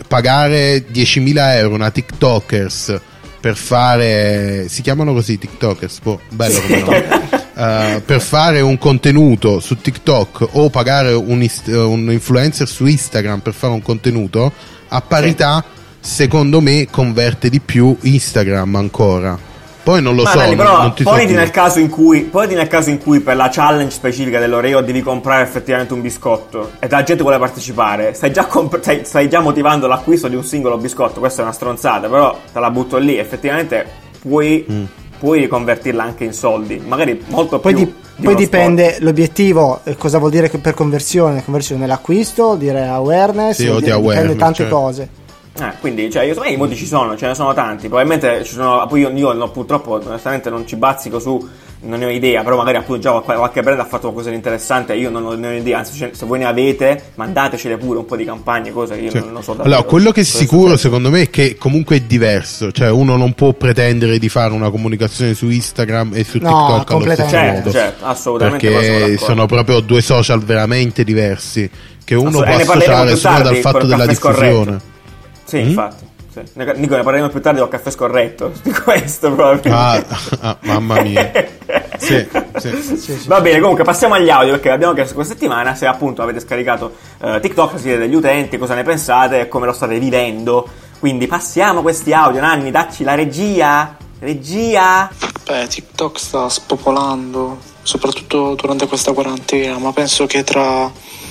pagare diecimila euro una TikTokers per fare, si chiamano così TikTokers, boh, bello come nome, uh, per fare un contenuto su TikTok o pagare un, ist- un influencer su Instagram per fare un contenuto, a parità sì. secondo me converte di più Instagram ancora. Poi non lo Ma so, Nanni, però non ti poniti so nel caso in cui poniti nel caso in cui per la challenge specifica dell'Oreo devi comprare effettivamente un biscotto e la gente vuole partecipare, stai già, comp- stai, stai già motivando l'acquisto di un singolo biscotto, questa è una stronzata, però te la butto lì, effettivamente puoi, mm. puoi riconvertirla anche in soldi, magari molto poi più di, di poi dipende sport. L'obiettivo, cosa vuol dire per conversione, conversione nell'acquisto, dire awareness, sì, o di dipende awareness, tante cioè. cose. Eh, quindi, cioè, io so, i modi ci sono, ce ne sono tanti. Probabilmente ci sono. Poi io, io no, purtroppo, onestamente, non ci bazzico su non ne ho idea, però magari appunto già qualche brand ha fatto qualcosa di interessante, io non, non ne ho idea, anzi se voi ne avete mandatecele pure un po' di campagne, cose che io cioè, non, non so davvero. Allora, quello che è sicuro secondo me è che comunque è diverso, cioè uno non può pretendere di fare una comunicazione su Instagram e su no, TikTok allo stesso certo, modo, certo, assolutamente, perché sono, sono proprio due social veramente diversi che uno può eh, associare solo dal fatto della diffusione. Sì, mm? infatti. Sì. Nico, ne parleremo più tardi con Caffè Scorretto di questo proprio. Ah, ah, mamma mia. Sì, sì. Sì, sì. Va bene, comunque passiamo agli audio, perché abbiamo chiesto questa settimana se appunto avete scaricato uh, TikTok, siete degli utenti, cosa ne pensate e come lo state vivendo. Quindi passiamo questi audio. Nanni, dacci la regia. Regia. Beh, TikTok sta spopolando, soprattutto durante questa quarantena, ma penso che tra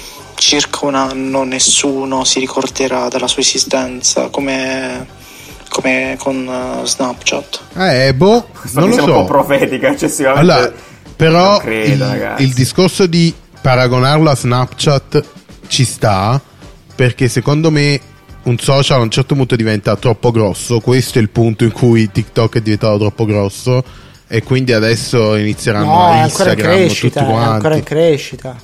circa un anno nessuno si ricorderà della sua esistenza, come, come con uh, Snapchat. Eh, boh, Questa non lo so. un po' profetica, eccessivamente. Allora, però credo, il, il discorso di paragonarlo a Snapchat ci sta, perché secondo me un social a un certo punto diventa troppo grosso. Questo è il punto in cui TikTok è diventato troppo grosso e quindi adesso inizieranno no, a è ancora in Instagram crescita, tutti quanti. è ancora in crescita.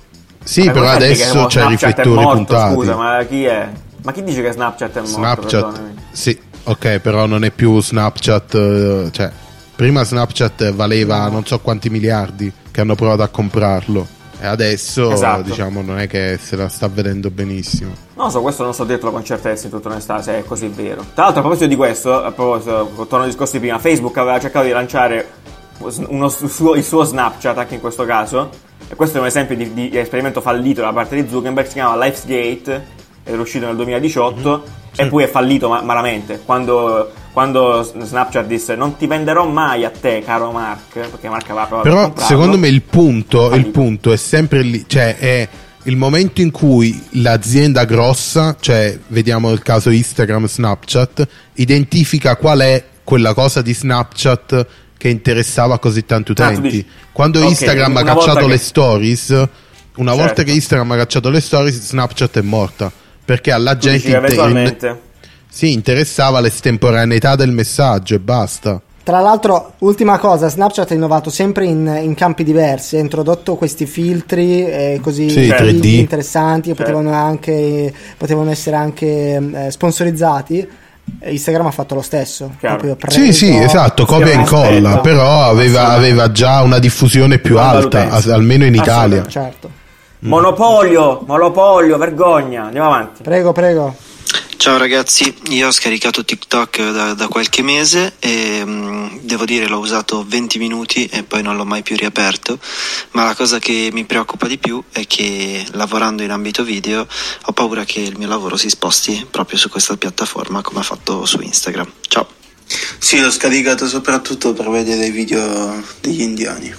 Sì, ma però adesso c'è riflettori morto, puntati. Scusa, ma chi è? Ma chi dice che Snapchat è morto? Snapchat, Perdonami. sì, ok, però non è più Snapchat, cioè prima Snapchat valeva non so quanti miliardi che hanno provato a comprarlo e adesso esatto. diciamo non è che se la sta vedendo benissimo. Non so, questo non so dirtelo con certezza in tutta onestà se è così vero. Tra l'altro a proposito di questo, a proposito, torno ai discorsi prima, Facebook aveva cercato di lanciare uno suo, il suo Snapchat anche in questo caso, e questo è un esempio di, di esperimento fallito da parte di Zuckerberg, si chiama Lifegate, era uscito nel duemiladiciotto mm-hmm. e poi è fallito ma- malamente quando, quando Snapchat disse non ti venderò mai a te caro Mark, perché Mark aveva provato però a comprarlo. Secondo me il punto, il punto è sempre lì, cioè è il momento in cui l'azienda grossa, cioè vediamo il caso Instagram, Snapchat, identifica qual è quella cosa di Snapchat che interessava così tanti utenti. Ah, quando okay, Instagram ha cacciato che... le stories, una certo. volta che Instagram ha cacciato le stories, Snapchat è morta, perché alla tu gente inter- in... sì, interessava l'estemporaneità del messaggio e basta. Tra l'altro, ultima cosa, Snapchat ha innovato sempre in, in campi diversi, ha introdotto questi filtri eh, così sì, tre D interessanti che certo. potevano anche potevano essere anche eh, sponsorizzati. Instagram ha fatto lo stesso. Preso, sì, sì, esatto, copia e incolla, però aveva, aveva già una diffusione più alta, a, almeno in Italia. Certo. Monopolio, monopolio, vergogna. Andiamo avanti. Prego, prego. Ciao ragazzi, io ho scaricato TikTok da, da qualche mese e mh, devo dire l'ho usato venti minuti e poi non l'ho mai più riaperto, ma la cosa che mi preoccupa di più è che lavorando in ambito video ho paura che il mio lavoro si sposti proprio su questa piattaforma come ha fatto su Instagram. Ciao. Sì, l'ho scaricato soprattutto per vedere i video degli indiani.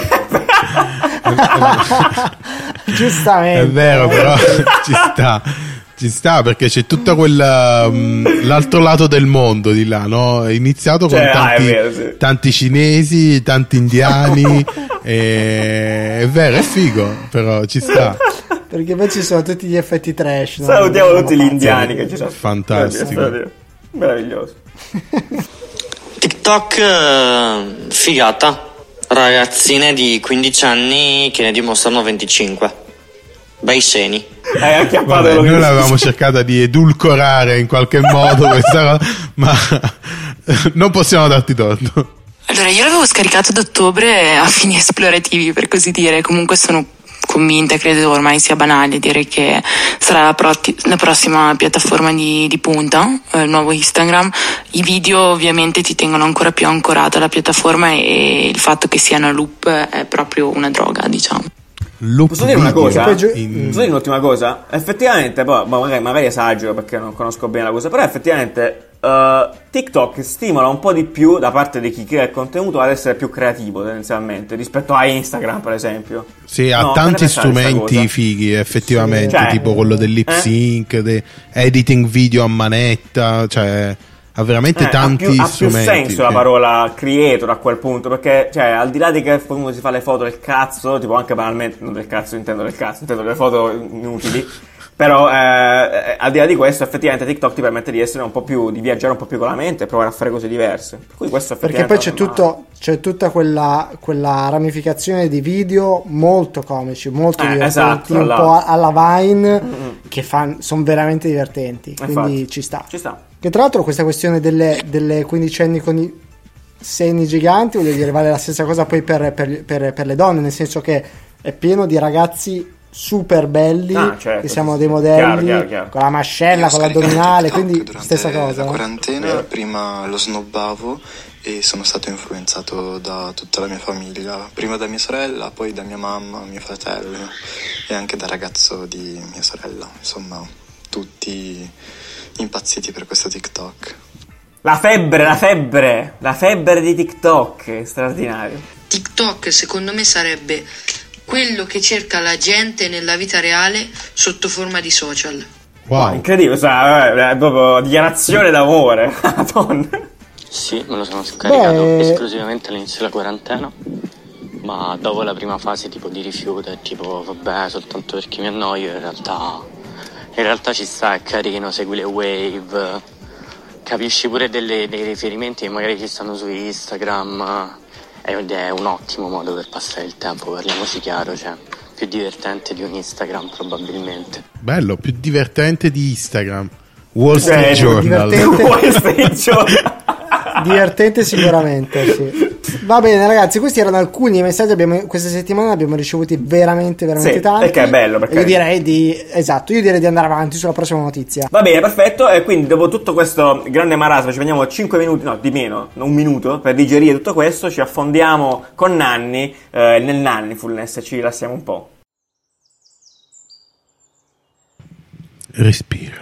Giustamente. È vero, però ci sta. Ci sta perché c'è tutta quella um, l'altro lato del mondo di là, no? È iniziato con cioè, tanti, ah, è vero, sì. tanti cinesi, tanti indiani e... è vero, è figo, però ci sta. Perché poi ci sono tutti gli effetti trash, no? Salutiamo tutti gli indiani che ci sono. Fantastico. Meraviglioso. TikTok figata. Ragazzine di quindici anni che ne dimostrano venticinque. Bei seni. Hai acchiappato. Vabbè, noi l'avevamo cercata di edulcorare in qualche modo questa cosa, ma non possiamo darti torto. Allora, io l'avevo scaricato ad ottobre a fini esplorativi, per così dire. Comunque sono convinta, credo ormai sia banale dire che sarà la, pro- la prossima piattaforma di, di punta, eh, il nuovo Instagram. I video ovviamente ti tengono ancora più ancorata alla piattaforma e il fatto che siano loop è proprio una droga, diciamo. Posso dire una cosa? In... Posso dire un'ultima cosa? Effettivamente, poi magari, magari esagero perché non conosco bene la cosa, però effettivamente uh, TikTok stimola un po' di più da parte di chi crea il contenuto ad essere più creativo tendenzialmente rispetto a Instagram, per esempio. Sì, ha no, tanti strumenti fighi effettivamente, sì, cioè, tipo quello del lip sync, eh? de editing video a manetta, cioè ha veramente eh, tanti ha più, strumenti. Ha più senso sì. la parola creator a quel punto, perché cioè al di là di che uno si fa le foto del cazzo, tipo anche banalmente, non del cazzo intendo del cazzo, intendo le foto inutili, Però eh, al di là di questo, effettivamente TikTok ti permette di essere un po' più, di viaggiare un po' più con la mente e provare a fare cose diverse. Per cui questo Perché poi c'è tutto, c'è tutta quella, quella ramificazione di video molto comici, molto eh, divertenti, esatto, un alla... po' alla Vine, mm-hmm. che sono veramente divertenti. Quindi Infatti, ci sta. Ci sta. Che tra l'altro questa questione delle, delle quindicenni con i seni giganti, voglio dire, vale la stessa cosa poi per, per, per, per le donne, nel senso che è pieno di ragazzi super belli, ah, certo, che siamo sì, dei sì. modelli chiaro, chiaro, chiaro. con la mascella, con l'addominale, quindi stessa cosa. La quarantena, eh. prima lo snobbavo e sono stato influenzato da tutta la mia famiglia, prima da mia sorella, poi da mia mamma, mio fratello e anche dal ragazzo di mia sorella, insomma tutti impazziti per questo TikTok. La febbre, la febbre, la febbre di TikTok, è straordinario. TikTok secondo me sarebbe quello che cerca la gente nella vita reale sotto forma di social. Wow, oh, incredibile, cioè, è proprio dichiarazione d'amore. Sì, me lo sono scaricato Beh... esclusivamente all'inizio della quarantena, ma dopo la prima fase tipo di rifiuto e tipo vabbè soltanto perché mi annoio, in realtà in realtà ci sta, è carino, segui le wave, capisci pure delle, dei riferimenti che magari ci stanno su Instagram. Ed è un ottimo modo per passare il tempo, parliamoci chiaro, cioè più divertente di un Instagram probabilmente. Bello, più divertente di Instagram. Wall Street eh, Journal. Divertente. Wall Street Journal. Divertente sicuramente, sì. Va bene ragazzi, questi erano alcuni messaggi. Abbiamo, questa settimana abbiamo ricevuti veramente veramente sì, tanti, perché è bello, perché io direi di esatto io direi di andare avanti sulla prossima notizia. Va bene, perfetto. E quindi dopo tutto questo grande marasma ci prendiamo cinque minuti, no di meno, un minuto per digerire tutto questo. Ci affondiamo con Nanni eh, nel Nannifulness e ci rilassiamo un po'. Respira.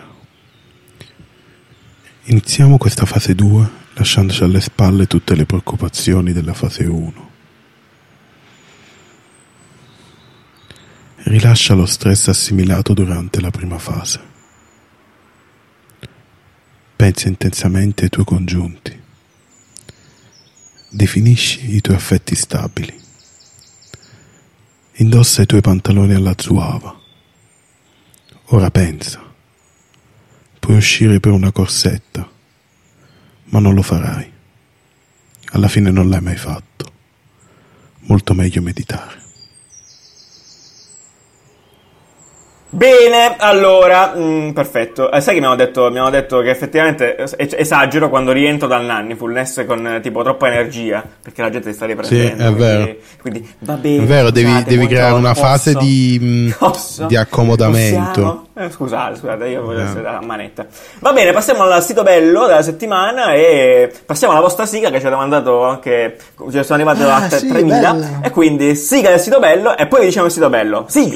Iniziamo questa fase due lasciandoci alle spalle tutte le preoccupazioni della fase uno. Rilascia lo stress assimilato durante la prima fase. Pensa intensamente ai tuoi congiunti. Definisci i tuoi affetti stabili. Indossa i tuoi pantaloni alla zuava. Ora pensa. Puoi uscire per una corsetta, ma non lo farai. Alla fine non l'hai mai fatto. Molto meglio meditare. Bene, allora, mh, perfetto. Eh, sai che mi hanno detto, mi hanno detto che effettivamente es- esagero quando rientro dal Nannifulness con eh, tipo troppa energia, perché la gente si sta riprendendo. Sì, è quindi, vero. Quindi va bene. È vero, devi, scusate, devi creare una posso? fase di, mh, di accomodamento. Eh, scusate, scusate, io voglio essere a manetta. Va bene, passiamo al sito bello della settimana e passiamo alla vostra sigla che ci avete mandato anche, ci sono arrivate ah, da sì, tremila bella. E quindi sigla del sito bello e poi vi diciamo il sito bello. Sigla.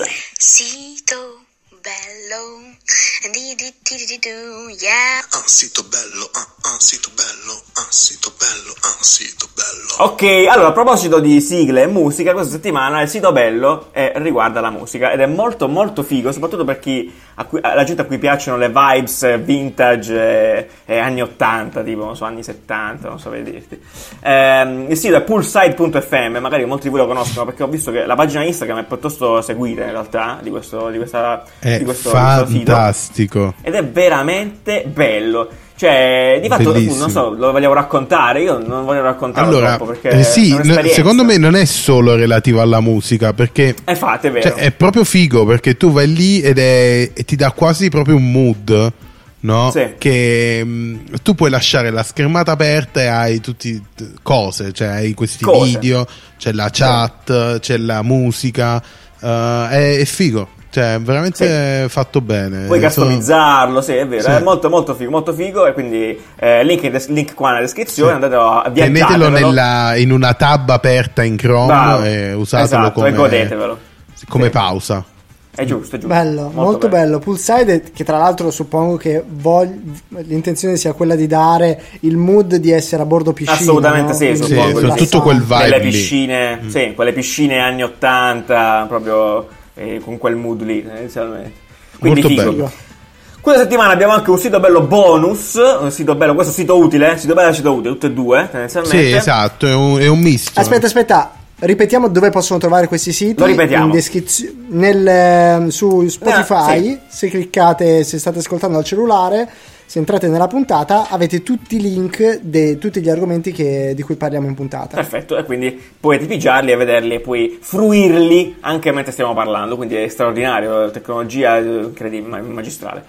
Sito bello, di di di di di yeah. Ah, sito bello, ah, ah, sito bello, ah, sito bello, ah, sito bello. Ok, allora a proposito di sigle e musica, questa settimana il sito bello è, riguarda la musica ed è molto molto figo, soprattutto per chi, a cui, la gente a cui piacciono le vibes vintage e, e anni ottanta, tipo, non so, anni settanta, non so come dirti. Ehm, il sito è poolside punto effe emme, magari molti di voi lo conoscono perché ho visto che la pagina Instagram è piuttosto seguita in realtà di questo, di questa, è di questo, fantastico. questo sito. Ed è veramente bello. Cioè, di fatto, bellissimo. non so, lo vogliamo raccontare? Io non voglio raccontarlo allora, troppo perché eh sì, è un'esperienza. secondo me non è solo relativo alla musica, perché è fatto, è vero. Cioè, è proprio figo perché tu vai lì ed è e ti dà quasi proprio un mood, no? Sì. Che mh, tu puoi lasciare la schermata aperta e hai tutti cose, cioè hai questi cose. video, c'è la chat, sì. c'è la musica, uh, è, è figo. Cioè, veramente sì. fatto bene. Puoi customizzarlo, sì, è vero, sì. È molto molto figo, molto figo. E quindi eh, link, des- link qua nella descrizione, sì. Andate a tenetelo nella, in una tab aperta in Chrome. Bravo. E usatelo esatto, come, e godetevelo. come sì. pausa. È giusto, è giusto. Bello, molto, molto bello. bello. Poolside, che tra l'altro suppongo che vog- l'intenzione sia quella di dare il mood di essere a bordo piscina. Assolutamente, no? sì, Quindi suppongo. Sì, tutto quel vibe quelle lì. piscine, mm. sì, quelle piscine anni ottanta, proprio eh, con quel mood lì, inizialmente. Quindi molto figo. bello. Questa settimana abbiamo anche un sito bello bonus, un sito bello, questo sito utile, sito bello e sito utile, tutte e due, tendenzialmente. Sì, esatto, è un, è un misto. Aspetta, aspetta. Ripetiamo dove possono trovare questi siti. Lo ripetiamo. In descrizio- nel, su Spotify, eh, sì. se cliccate, se state ascoltando dal cellulare, se entrate nella puntata avete tutti i link di tutti gli argomenti che, di cui parliamo in puntata. Perfetto, e quindi potete pigiarli e vederli e poi fruirli anche mentre stiamo parlando, quindi è straordinario, tecnologia incredibile, magistrale.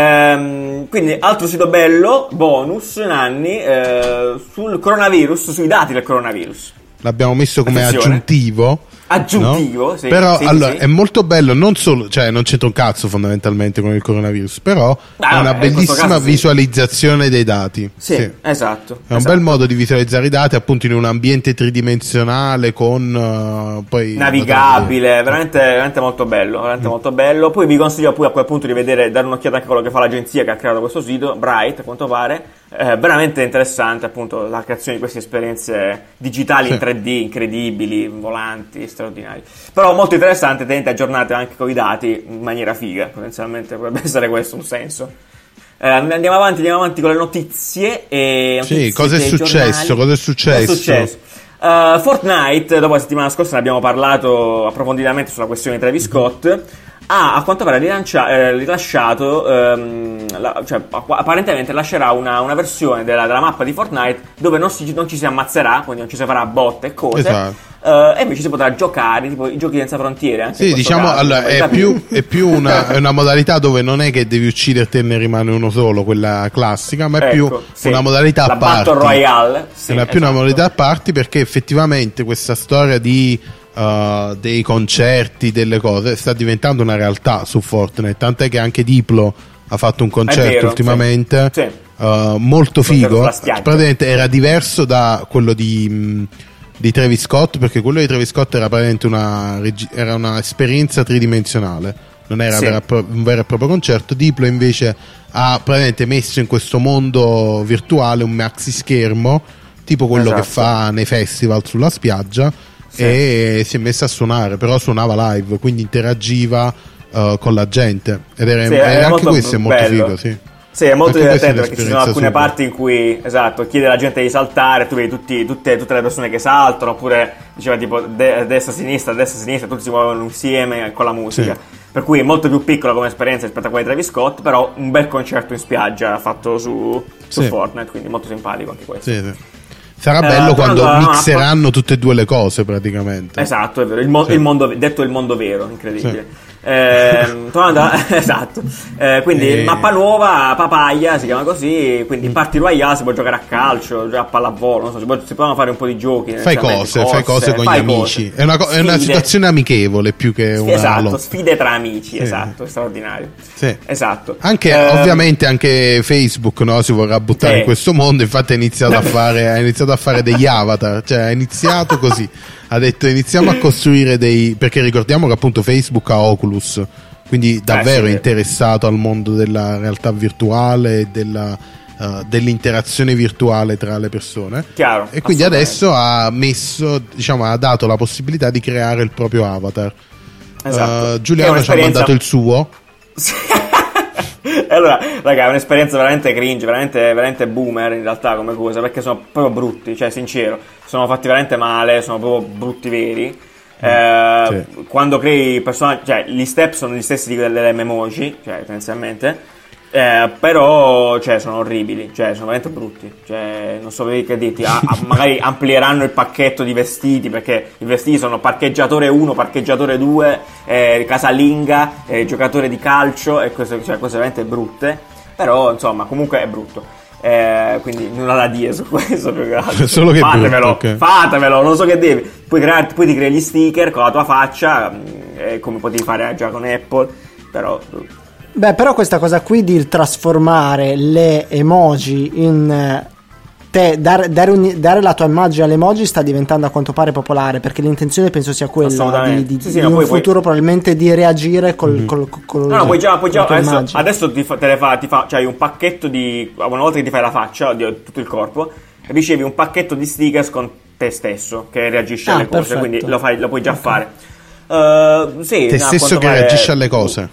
Ehm, quindi altro sito bello, bonus, Nanni, eh, sul coronavirus, sui dati del coronavirus. L'abbiamo messo come Attenzione. aggiuntivo. Aggiuntivo, no? sì. Però sì, allora sì. è molto bello, non solo, cioè non c'entra un cazzo fondamentalmente con il coronavirus, però Ah, è una vabbè, in questo bellissima caso sì. visualizzazione dei dati. Sì, Sì. esatto. È un esatto. bel modo di visualizzare i dati appunto in un ambiente tridimensionale con uh, poi navigabile, veramente, veramente molto bello, veramente mm. molto bello. Poi vi consiglio poi a quel punto di vedere, dare un'occhiata anche a quello che fa l'agenzia che ha creato questo sito, Bright, a quanto pare. Eh, veramente interessante appunto la creazione di queste esperienze digitali sì. in tre D incredibili, volanti, straordinari. Però molto interessante, tenete aggiornate anche con i dati in maniera figa, potenzialmente potrebbe essere questo un senso. Eh, andiamo avanti, andiamo avanti con le notizie. E notizie sì, cosa è successo? Cosa è successo? Cosa è successo? Uh, Fortnite, dopo la settimana scorsa ne abbiamo parlato approfonditamente sulla questione di Travis Scott, ha a quanto pare rilancia, eh, rilasciato, ehm, la, cioè apparentemente lascerà una, una versione della, della mappa di Fortnite dove non, si, non ci si ammazzerà, quindi non ci si farà botte e cose. Esatto. Uh, e invece si potrà giocare tipo i giochi senza frontiere. Anche sì, diciamo caso, allora, è, più, è più una, è una modalità dove non è che devi ucciderti e ne rimane uno solo, quella classica, ma è ecco, più sì. una modalità la a party. Battle Royale. Sì, è una, più esatto. una modalità a party perché effettivamente questa storia di uh, dei concerti, delle cose, sta diventando una realtà su Fortnite. Tant'è che anche Diplo ha fatto un concerto vero, ultimamente. Sì. Sì. Uh, molto figo. Praticamente era diverso da quello di. Mh, di Travis Scott, perché quello di Travis Scott era praticamente una era una esperienza tridimensionale, non era sì. vera, un vero e proprio concerto. Diplo invece ha praticamente messo in questo mondo virtuale un maxi schermo tipo quello esatto. che fa nei festival sulla spiaggia sì. e si è messo a suonare, però suonava live, quindi interagiva uh, con la gente ed era, sì, era anche questo è molto bello. figo, sì. Sì, è molto anche divertente perché ci sono alcune super. parti in cui, esatto, chiede alla gente di saltare, tu vedi tutti, tutte, tutte le persone che saltano, oppure diceva tipo de- destra, sinistra, destra, sinistra, tutti si muovono insieme con la musica. Sì. Per cui è molto più piccola come esperienza rispetto a quella di Travis Scott, però un bel concerto in spiaggia fatto su, su sì. Fortnite, quindi molto simpatico anche questo. Sì, sì. Sarà bello eh, quando mixeranno tutte e due le cose praticamente. Esatto, è vero, il, mo- sì. il mondo, detto il mondo vero, incredibile. Sì. Eh, esatto, eh, quindi e... mappa nuova, Papaya si chiama così, quindi in Party Royale si può giocare a calcio, a pallavolo, non so, si, può, si possono fare un po' di giochi. Fai cose, corse, fai cose con fai gli amici. Cose. È, una, è una situazione amichevole più che una esatto, lotta. Sfide tra amici, sì. esatto, straordinario. Sì. Esatto. Anche eh, ovviamente anche Facebook, no, si vorrà buttare sì. in questo mondo, infatti ha iniziato a fare ha iniziato a fare degli avatar, cioè ha iniziato così. Ha detto iniziamo a costruire dei, perché ricordiamo che appunto Facebook ha Oculus, quindi davvero eh, sì, interessato al mondo della realtà virtuale e della, uh, dell'interazione virtuale tra le persone. Chiaro, e quindi adesso ha messo, diciamo, ha dato la possibilità di creare il proprio avatar. Esatto. Uh, Giuliano ci ha mandato il suo. Allora, raga, è un'esperienza veramente cringe, veramente, veramente boomer in realtà come cosa, perché sono proprio brutti, cioè sincero, sono fatti veramente male, sono proprio brutti veri. Eh, sì. Quando crei personaggi, cioè gli step sono gli stessi delle memoji, cioè tendenzialmente, eh, però cioè sono orribili, cioè sono veramente brutti, cioè non so che dirti, a, a, magari amplieranno il pacchetto di vestiti, perché i vestiti sono parcheggiatore uno, parcheggiatore due, eh, casalinga, eh, giocatore di calcio e queste, cioè, cose veramente brutte, però insomma comunque è brutto. Eh, quindi nulla da dire su questo più che altro. Solo che fatemelo, brutto, okay. fatemelo, non so che devi. Puoi, crearti, poi ti crei gli sticker con la tua faccia, eh, come potevi fare già con Apple, però. Beh, però questa cosa qui di trasformare le emoji in te, dare, dare, un, dare la tua immagine alle emoji sta diventando a quanto pare popolare, perché l'intenzione penso sia quella di, di, sì, sì, di un futuro puoi... probabilmente di reagire col, mm-hmm. col, col, col no, no, puoi già, puoi già adesso, adesso ti fa, te le fa, ti fa, cioè hai un pacchetto di, una volta che ti fai la faccia, di tutto il corpo, ricevi un pacchetto di stickers con te stesso che reagisce ah, alle cose, perfetto. quindi lo, fai, lo puoi già okay. fare. Uh, sì, te no, stesso che pare... reagisce alle cose.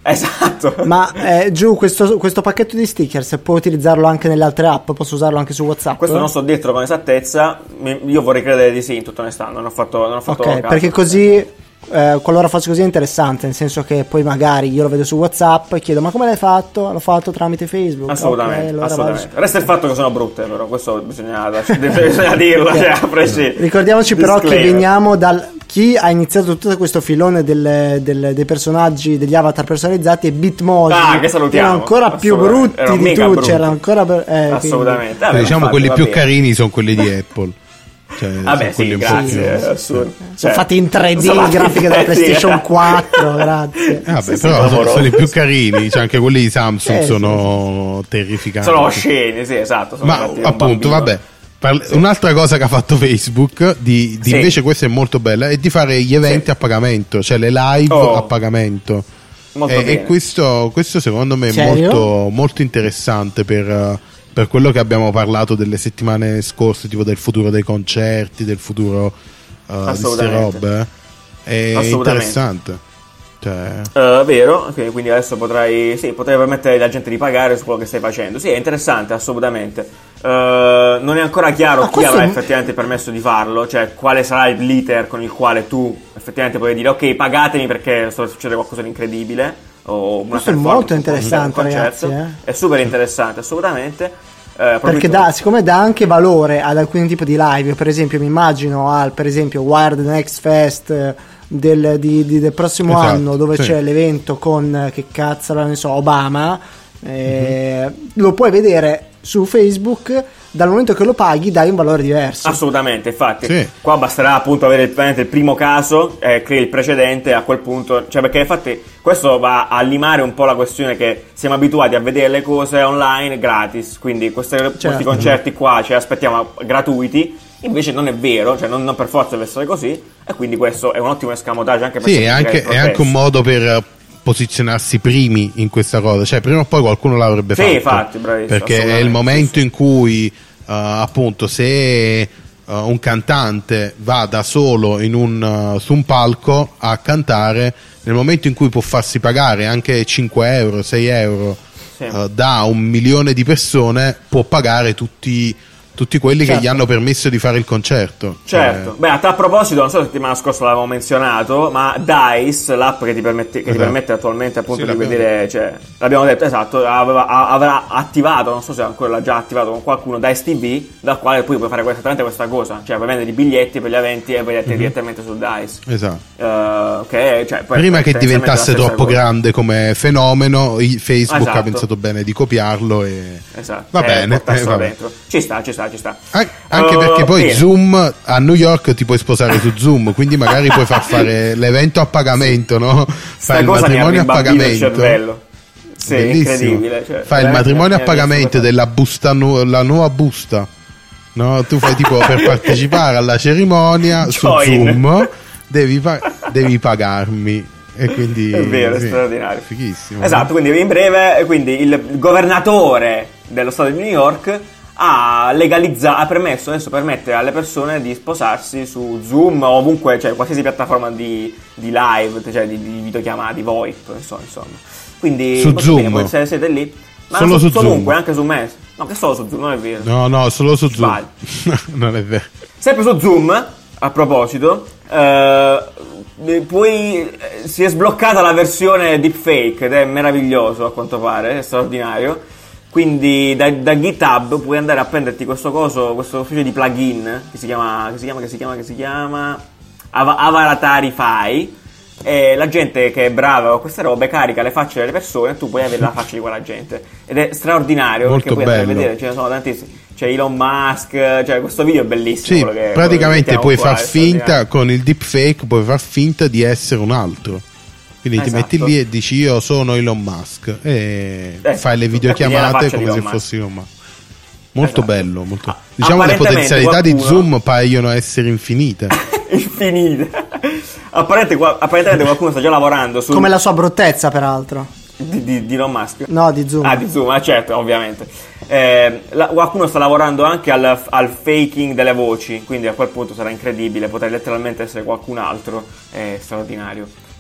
Esatto. Ma eh, giù questo, questo pacchetto di stickers puoi utilizzarlo anche nelle altre app? Posso usarlo anche su WhatsApp? Questo non so dirtelo con esattezza, io vorrei credere di sì, in tutta onestà, non ho fatto, non ho fatto ok, caso, perché così eh, qualora fosse così è interessante, nel senso che poi magari io lo vedo su WhatsApp e chiedo ma come l'hai fatto? L'ho fatto tramite Facebook. Assolutamente, okay, allora assolutamente. vado... Resta il fatto che sono brutte, però questo bisogna, bisogna dirlo, okay. cioè, presi, ricordiamoci però disclaimer. che veniamo dal chi ha iniziato tutto questo filone del, del, dei personaggi, degli avatar personalizzati e Bitmoji, ah, che salutiamo, erano ancora più brutti erano di tu, brutti. C'erano ancora eh, assolutamente. Vabbè, diciamo infatti, quelli più bene. carini sono quelli di Apple. Cioè, vabbè sì, grazie, più... assurdo. Sono cioè, fatti in tre D, sono grafiche della fatti- PlayStation quattro, grazie. Eh, vabbè, Sì, sì, però sono, clamoroso. sono i più carini, cioè anche quelli di Samsung Eh, sono terrificanti. sono osceni, sì, esatto. Sono Ma fatti da un appunto, bambino. vabbè. Parli- Un'altra cosa che ha fatto Facebook, di, di Sì. invece questa è molto bella, è di fare gli eventi Sì. a pagamento, cioè le live Oh. a pagamento. Molto E, bene. e questo, questo secondo me è Serio? molto, molto interessante per, uh, per quello che abbiamo parlato delle settimane scorse, tipo del futuro dei concerti, del futuro uh, di queste Assolutamente. robe. eh. È Assolutamente. interessante. Cioè, Uh, vero, ok, quindi adesso potrai, sì, potrai permettere alla gente di pagare su quello che stai facendo. Sì, è interessante, assolutamente. Uh, non è ancora chiaro Ma chi questo avrà è- effettivamente permesso di farlo, cioè quale sarà l'iter con il quale tu effettivamente puoi dire ok, pagatemi perché sta succedere qualcosa di incredibile. O una Questo è performance, molto un interessante, concerto. ragazzi, È super interessante, assolutamente. Uh, Perché approfitto- dà, siccome dà anche valore ad alcuni tipi di live, per esempio mi immagino al per esempio Wired Next Fest eh, del, di- di- del prossimo Esatto, anno dove sì. c'è l'evento con eh, che cazzo ne so Obama, eh, Mhm. lo puoi vedere su Facebook, dal momento che lo paghi dai un valore diverso. Assolutamente, infatti Sì. qua basterà appunto avere veramente il primo caso, eh, crei il precedente a quel punto, cioè perché infatti questo va a limare un po' la questione che siamo abituati a vedere le cose online gratis, quindi queste- questi Certo. concerti qua ci aspettiamo gratuiti, invece non è vero, cioè non, non per forza deve essere così, e quindi questo è un ottimo escamotage anche per sì, è semplificare anche, il è anche un processo. modo per eh, posizionarsi primi in questa cosa, cioè prima o poi qualcuno l'avrebbe Sì, fatto, infatti, bravissimo, perché è il assolutamente, momento sì, sì. in cui uh, appunto se uh, un cantante va da solo in un, uh, su un palco a cantare, nel momento in cui può farsi pagare anche cinque euro, sei euro Sì. uh, da un milione di persone, può pagare tutti, tutti quelli Certo. che gli hanno permesso di fare il concerto. Certo, Cioè, beh, a tal proposito, non so se la settimana scorsa l'avevamo menzionato, ma Dice, l'app che ti permette, che ti Esatto. permette attualmente appunto Sì, di l'abbiamo vedere, cioè, l'abbiamo detto, esatto, aveva- a- avrà attivato, non so se ancora l'ha già attivato con qualcuno, Dice T V, dal quale poi puoi fare esattamente questa cosa, cioè puoi vendere i biglietti per gli eventi e vederti direttamente su Dice. esatto. Uh, ok, cioè, poi Prima è che essenzialmente diventasse la stessa troppo cosa. grande come fenomeno, i- Facebook Esatto. ha pensato bene di copiarlo e Esatto, va eh, bene, portarselo eh, vabbè. dentro. Ci sta, ci sta, ci sta. An- anche Uh, perché poi bene. Zoom a New York ti puoi sposare su Zoom, quindi magari puoi far fare l'evento a pagamento, no? Sta Fai il cosa mi ha matrimonio a rimbambito il pagamento. cervello. Sì, Bellissimo. incredibile. Cioè, Fai il veramente matrimonio a mi ha- mi ha pagamento super- della busta nu- la nuova busta. No, tu fai tipo per partecipare alla cerimonia su Join. Zoom devi, pa- devi pagarmi. E quindi È vero, è sì, straordinario. Fighissimo. Esatto, quindi in breve, quindi il governatore dello stato di New York ha legalizzato, ha permesso, adesso permette alle persone di sposarsi su Zoom o ovunque, cioè qualsiasi piattaforma di, di live, cioè di, di videochiamate, di VoIP, insomma, insomma. Quindi Su molto Zoom? bene, poi se siete lì, ma Solo su, su Zoom? ovunque, anche su me. No, che solo su Zoom, non è vero. No, no, solo su Zoom. Sbaglio. Non è vero. Sempre su Zoom, a proposito, eh, poi eh, si è sbloccata la versione deepfake ed è meraviglioso a quanto pare, è straordinario. Quindi da, da GitHub puoi andare a prenderti questo coso, questo specie di plugin che si chiama, che si chiama, che si chiama, che si chiama Ava- Avaratarify. E la gente che è brava con queste robe carica le facce delle persone e tu puoi avere la faccia di quella gente. Ed è straordinario Molto perché puoi andare a bello. vedere, ce ne sono tantissimi. C'è Elon Musk, cioè questo video è bellissimo. Sì, quello che- praticamente quello che puoi mettiamo far qua, è finta con il deepfake, puoi far finta di essere un altro. Quindi ti Esatto. metti lì e dici io sono Elon Musk e Eh, fai le e quindi è la videochiamate faccia di come Elon se Musk. fossi Elon Musk. Molto Esatto. bello, molto. Ah, Diciamo le apparentemente potenzialità di qualcuno- Zoom paiono essere infinite. infinite. Apparente, qua- apparentemente qualcuno sta già lavorando su Come la sua bruttezza, peraltro. di, di, di Elon Musk. No, di Zoom. Ah, di Zoom, ah, certo, ovviamente. Eh, la- qualcuno sta lavorando anche al, al faking delle voci, quindi a quel punto sarà incredibile, potrei letteralmente essere qualcun altro, è straordinario.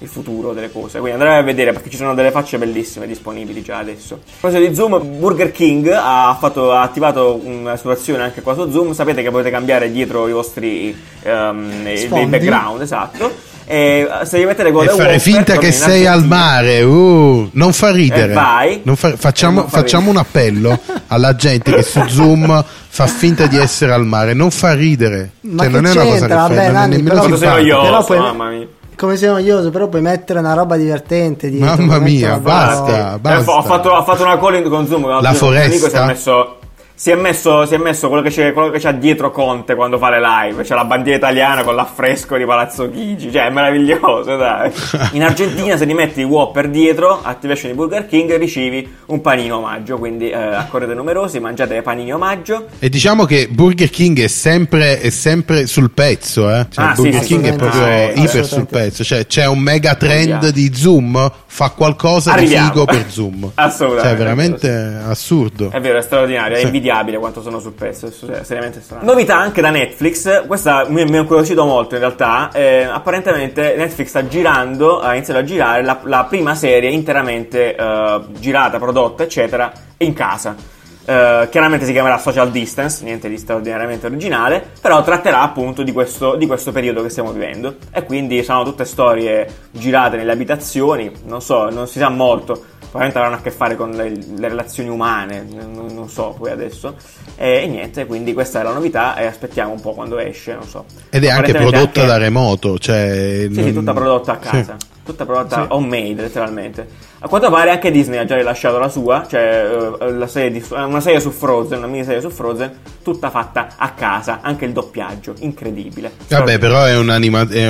il futuro delle cose, quindi andrei a vedere perché ci sono delle facce bellissime disponibili già adesso. A proposito di Zoom, Burger King ha, fatto, ha attivato una situazione anche qua su Zoom, sapete che potete cambiare dietro i vostri um, dei background, esatto, e se vi mettete con e fare finta che sei al mare, uh, non fa ridere, vai. Non fa, facciamo, non fa facciamo un appello alla gente che su Zoom fa finta di essere al mare, non fa ridere, ma cioè, che non è una cosa che vabbè, fa, non è Nanni, nemmeno però, simpatico. però poi, mamma mia. come sei noioso, però puoi mettere una roba divertente dietro, Mamma mia, basta, Eh, basta. ho, fatto, ho fatto una call con Zoom con La un foresta. amico, si è messo si è messo si è messo quello che c'è quello che c'ha dietro Conte quando fa le live, c'è la bandiera italiana con l'affresco di Palazzo Chigi, cioè è meraviglioso, dai. In Argentina se ti metti i Whopper dietro, activation di Burger King, ricevi un panino omaggio, quindi eh, accorrete numerosi, mangiate panini omaggio. E diciamo che Burger King è sempre, è sempre sul pezzo, eh? Cioè, Ah, Burger sì, King sì, è proprio ah, eh, iper sul pezzo, cioè c'è un mega trend Andiamo. di Zoom, fa qualcosa Arriviamo. di figo per Zoom. Assolutamente. Cioè veramente assurdo. È vero, è straordinario, Sì. è invidiabile quanto sono sul pezzo, è seriamente strano. Novità anche da Netflix, questa mi, mi ha incuriosito molto in realtà, eh, apparentemente Netflix sta girando, ha iniziato a girare la, la prima serie interamente eh, girata, prodotta, eccetera, in casa. Uh, chiaramente si chiamerà Social Distance, niente di straordinariamente originale, però tratterà appunto di questo, di questo periodo che stiamo vivendo, e quindi sono tutte storie girate nelle abitazioni, non so, non si sa molto, probabilmente avranno a che fare con le, le relazioni umane, non, non so poi adesso, e, e niente, quindi questa è la novità e aspettiamo un po' quando esce, non so. Ed è anche prodotta anche... da remoto, cioè sì, non... sì, tutta prodotta a casa, sì. Tutta prodotta sì. homemade letteralmente. A quanto pare anche Disney ha già rilasciato la sua, cioè uh, la serie di, una serie su Frozen, una miniserie su Frozen, tutta fatta a casa, anche il doppiaggio, incredibile. Vabbè, però è un'anima è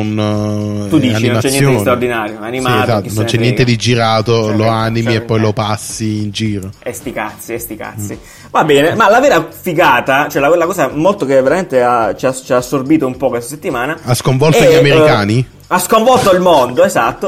un tu dici, animazione. non c'è niente di straordinario, animato, sì, esatto, non c'è niente di girato, cioè, lo animi cioè, e poi eh. lo passi in giro. E sti cazzi, e sti cazzi. Mm. Va bene, ma la vera figata, cioè la, la cosa molto che veramente ha, ci, ha, ci ha assorbito un po' questa settimana, ha sconvolto è, gli americani? Uh, ha sconvolto il mondo, esatto.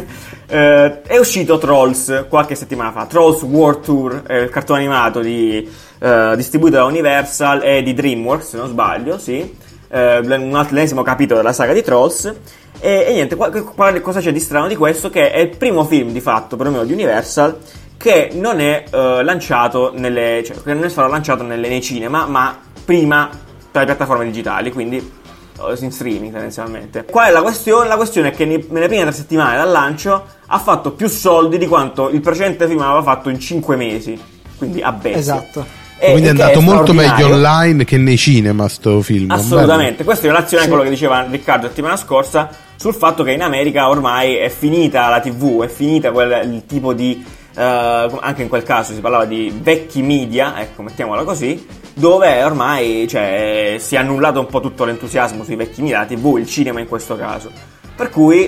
Uh, è uscito Trolls qualche settimana fa, Trolls World Tour, eh, il cartone animato di, uh, distribuito da Universal e di DreamWorks, se non sbaglio, sì, uh, un altro capitolo della saga di Trolls. E, e niente, qual, qual, cosa c'è di strano di questo? Che è il primo film di fatto, perlomeno di Universal, che non è uh, lanciato nelle, cioè che non è stato lanciato nelle, nei cinema, ma prima tra le piattaforme digitali, quindi in streaming tendenzialmente. Qual è la questione? La questione è che nelle prime tre settimane dal lancio ha fatto più soldi di quanto il precedente film aveva fatto in cinque mesi, quindi a bestia. Esatto. E, quindi è andato è molto meglio online che nei cinema sto film. Assolutamente. Bello. Questa è in relazione sì. a quello che diceva Riccardo la settimana scorsa sul fatto che in America ormai è finita la tivù, è finita quel il tipo di Uh, anche in quel caso si parlava di vecchi media, ecco, mettiamola così, dove ormai cioè, si è annullato un po' tutto l'entusiasmo sui vecchi media, la tivù, il cinema in questo caso. Per cui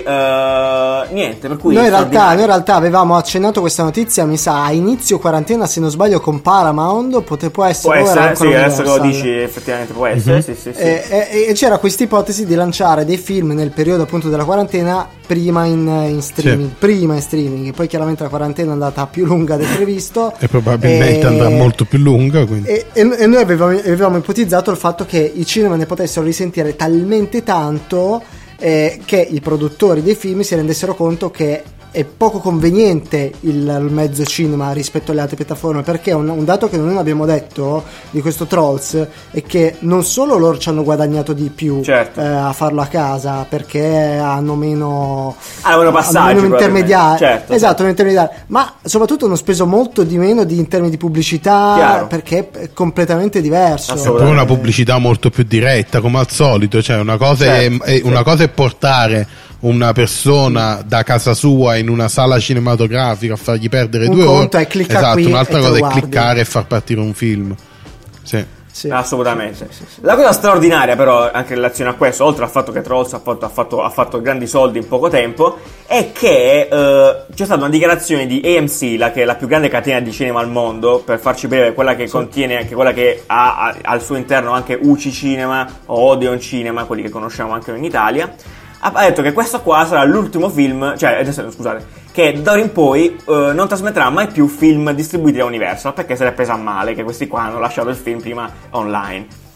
uh, niente, per cui noi in, realtà, noi in realtà avevamo accennato questa notizia, mi sa, a inizio quarantena, se non sbaglio, con Paramount, pote, può essere, può essere, sì, adesso che lo Universal. dici effettivamente può essere, mm-hmm. sì, sì, sì. E, e, e c'era questa ipotesi di lanciare dei film nel periodo appunto della quarantena prima in, in streaming, sì. prima in streaming, poi chiaramente la quarantena è andata più lunga del previsto e probabilmente e, andrà molto più lunga, quindi. E, e, e noi avevamo, avevamo ipotizzato il fatto che i cinema ne potessero risentire talmente tanto eh, che i produttori dei film si rendessero conto che è poco conveniente il, il mezzo cinema rispetto alle altre piattaforme, perché un, un dato che noi non abbiamo detto di questo Trolls è che non solo loro ci hanno guadagnato di più, certo. eh, a farlo a casa, perché hanno meno ah, meno passaggi, hanno meno intermediari, certo, esatto, certo. meno intermediari, ma soprattutto hanno speso molto di meno di, in termini di pubblicità. Chiaro. Perché è completamente diverso, è poi una pubblicità molto più diretta, come al solito, cioè una cosa, certo, è, è, una cosa è portare una persona da casa sua in una sala cinematografica a fargli perdere un due conto ore, è cliccare esatto, qui un'altra e cosa è guardi. cliccare e far partire un film. Sì. Sì. Assolutamente. Sì, sì, sì. La cosa straordinaria però anche in relazione a questo, oltre al fatto che Trolls ha fatto, ha fatto, ha fatto grandi soldi in poco tempo, è che eh, c'è stata una dichiarazione di A M C, la, che è la più grande catena di cinema al mondo, per farci breve, quella che sì. contiene anche quella che ha, ha al suo interno anche U C I Cinema o Odeon Cinema, quelli che conosciamo anche in Italia. Ha detto che questo qua sarà l'ultimo film, cioè adesso, scusate, che d'ora in poi uh, non trasmetterà mai più film distribuiti da Universal, perché se l'è presa a male che questi qua hanno lasciato il film prima online.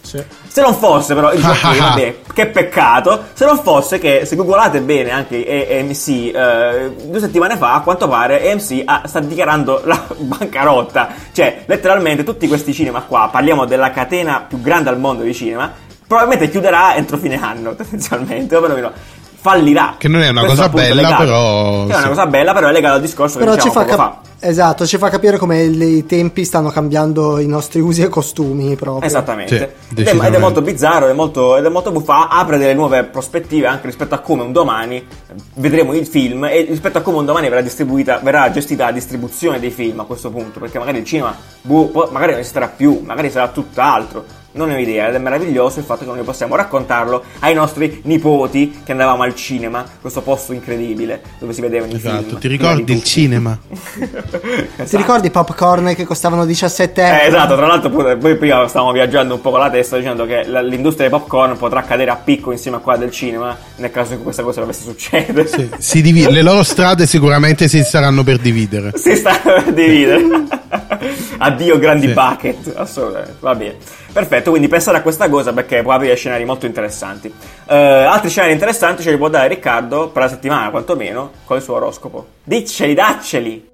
Sì. Se non fosse però il giochino, vabbè, che peccato, se non fosse che se googolate bene anche A M C, eh, due settimane fa a quanto pare A M C ha, sta dichiarando la bancarotta, cioè letteralmente tutti questi cinema qua, parliamo della catena più grande al mondo di cinema, probabilmente chiuderà entro fine anno tendenzialmente, o perlomeno fallirà. Che non è una Questo cosa bella, legato, però. che è sì. una cosa bella, però è legato al discorso però che diciamo ci fa poco cap- fa. Esatto, ci fa capire come i tempi stanno cambiando i nostri usi e costumi proprio. Esattamente. Sì, ed, è, ed è molto bizzarro, è molto, ed è molto buffa, apre delle nuove prospettive anche rispetto a come un domani vedremo il film e rispetto a come un domani verrà distribuita, verrà gestita la distribuzione dei film a questo punto, perché magari il cinema boh, magari non esisterà più, magari sarà tutt'altro. Non ho idea, ed è meraviglioso il fatto che noi possiamo raccontarlo ai nostri nipoti che andavamo al cinema, questo posto incredibile dove si vedevano i esatto, film. Ti ricordi il cinema? Esatto. Ti ricordi i popcorn che costavano diciassette euro? Eh, esatto, tra l'altro pure, poi prima stavamo viaggiando un po' con la testa dicendo che la, l'industria dei popcorn potrà cadere a picco insieme a quella del cinema nel caso in cui questa cosa dovesse succedere. Sì, si div- le loro strade sicuramente si staranno per dividere. Si stanno per dividere. Addio grandi sì. bucket, assolutamente, va bene. Perfetto, quindi pensate a questa cosa perché può aprire scenari molto interessanti. Uh, altri scenari interessanti ce li può dare Riccardo per la settimana, quantomeno, con il suo oroscopo. Dicceli, dacceli!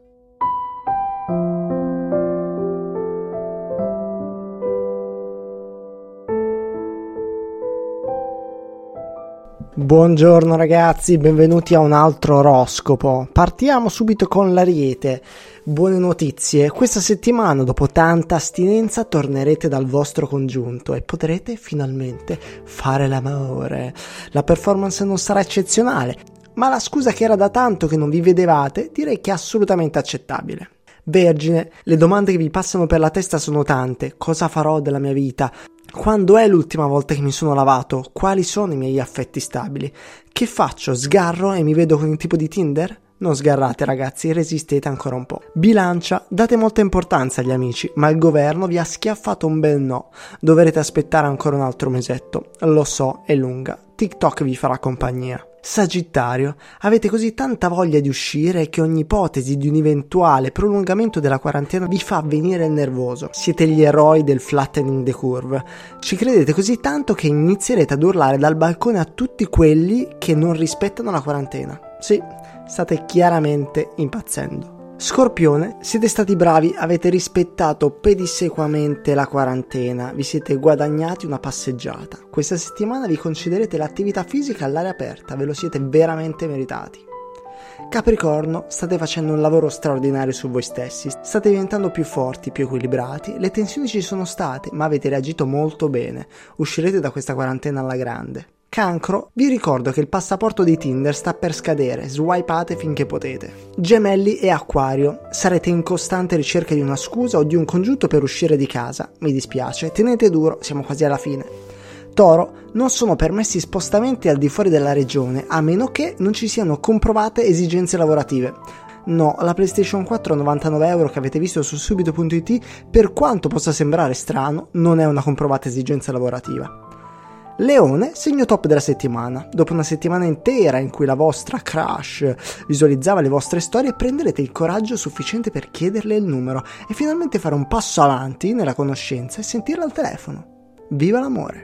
Buongiorno ragazzi, benvenuti a un altro oroscopo. Partiamo subito con l'Ariete. Buone notizie, questa settimana dopo tanta astinenza tornerete dal vostro congiunto e potrete finalmente fare l'amore. La performance non sarà eccezionale, ma la scusa che era da tanto che non vi vedevate direi che è assolutamente accettabile. Vergine, le domande che vi passano per la testa sono tante. Cosa farò della mia vita? Quando è l'ultima volta che mi sono lavato? Quali sono i miei affetti stabili? Che faccio? Sgarro e mi vedo con il tipo di Tinder? Non sgarrate ragazzi, resistete ancora un po'. Bilancia, date molta importanza agli amici, ma il governo vi ha schiaffato un bel no. Dovrete aspettare ancora un altro mesetto. Lo so, è lunga. TikTok vi farà compagnia. Sagittario, avete così tanta voglia di uscire che ogni ipotesi di un eventuale prolungamento della quarantena vi fa venire il nervoso. Siete gli eroi del flattening the curve. Ci credete così tanto che inizierete ad urlare dal balcone a tutti quelli che non rispettano la quarantena. Sì, state chiaramente impazzendo. Scorpione, siete stati bravi, avete rispettato pedissequamente la quarantena, vi siete guadagnati una passeggiata. Questa settimana vi concederete l'attività fisica all'aria aperta, ve lo siete veramente meritati. Capricorno, state facendo un lavoro straordinario su voi stessi, state diventando più forti, più equilibrati, le tensioni ci sono state, ma avete reagito molto bene, uscirete da questa quarantena alla grande. Cancro, vi ricordo che il passaporto di Tinder sta per scadere, swipate finché potete. Gemelli e Acquario, sarete in costante ricerca di una scusa o di un congiunto per uscire di casa. Mi dispiace, tenete duro, siamo quasi alla fine. Toro, non sono permessi spostamenti al di fuori della regione, a meno che non ci siano comprovate esigenze lavorative. No, la PlayStation quattro a novantanove euro che avete visto su subito punto it, per quanto possa sembrare strano, non è una comprovata esigenza lavorativa. Leone, segno top della settimana. Dopo una settimana intera in cui la vostra crush visualizzava le vostre storie, prenderete il coraggio sufficiente per chiederle il numero e finalmente fare un passo avanti nella conoscenza e sentirla al telefono. Viva l'amore!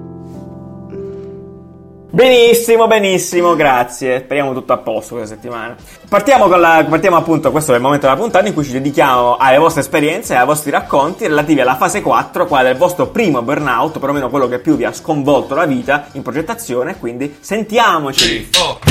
Benissimo, benissimo, grazie. Speriamo tutto a posto questa settimana. Partiamo con la, partiamo appunto, questo è il momento della puntata in cui ci dedichiamo alle vostre esperienze e ai vostri racconti relativi alla fase quattro, quale è il vostro primo burnout, perlomeno quello che più vi ha sconvolto la vita in progettazione, quindi sentiamoci. Oh.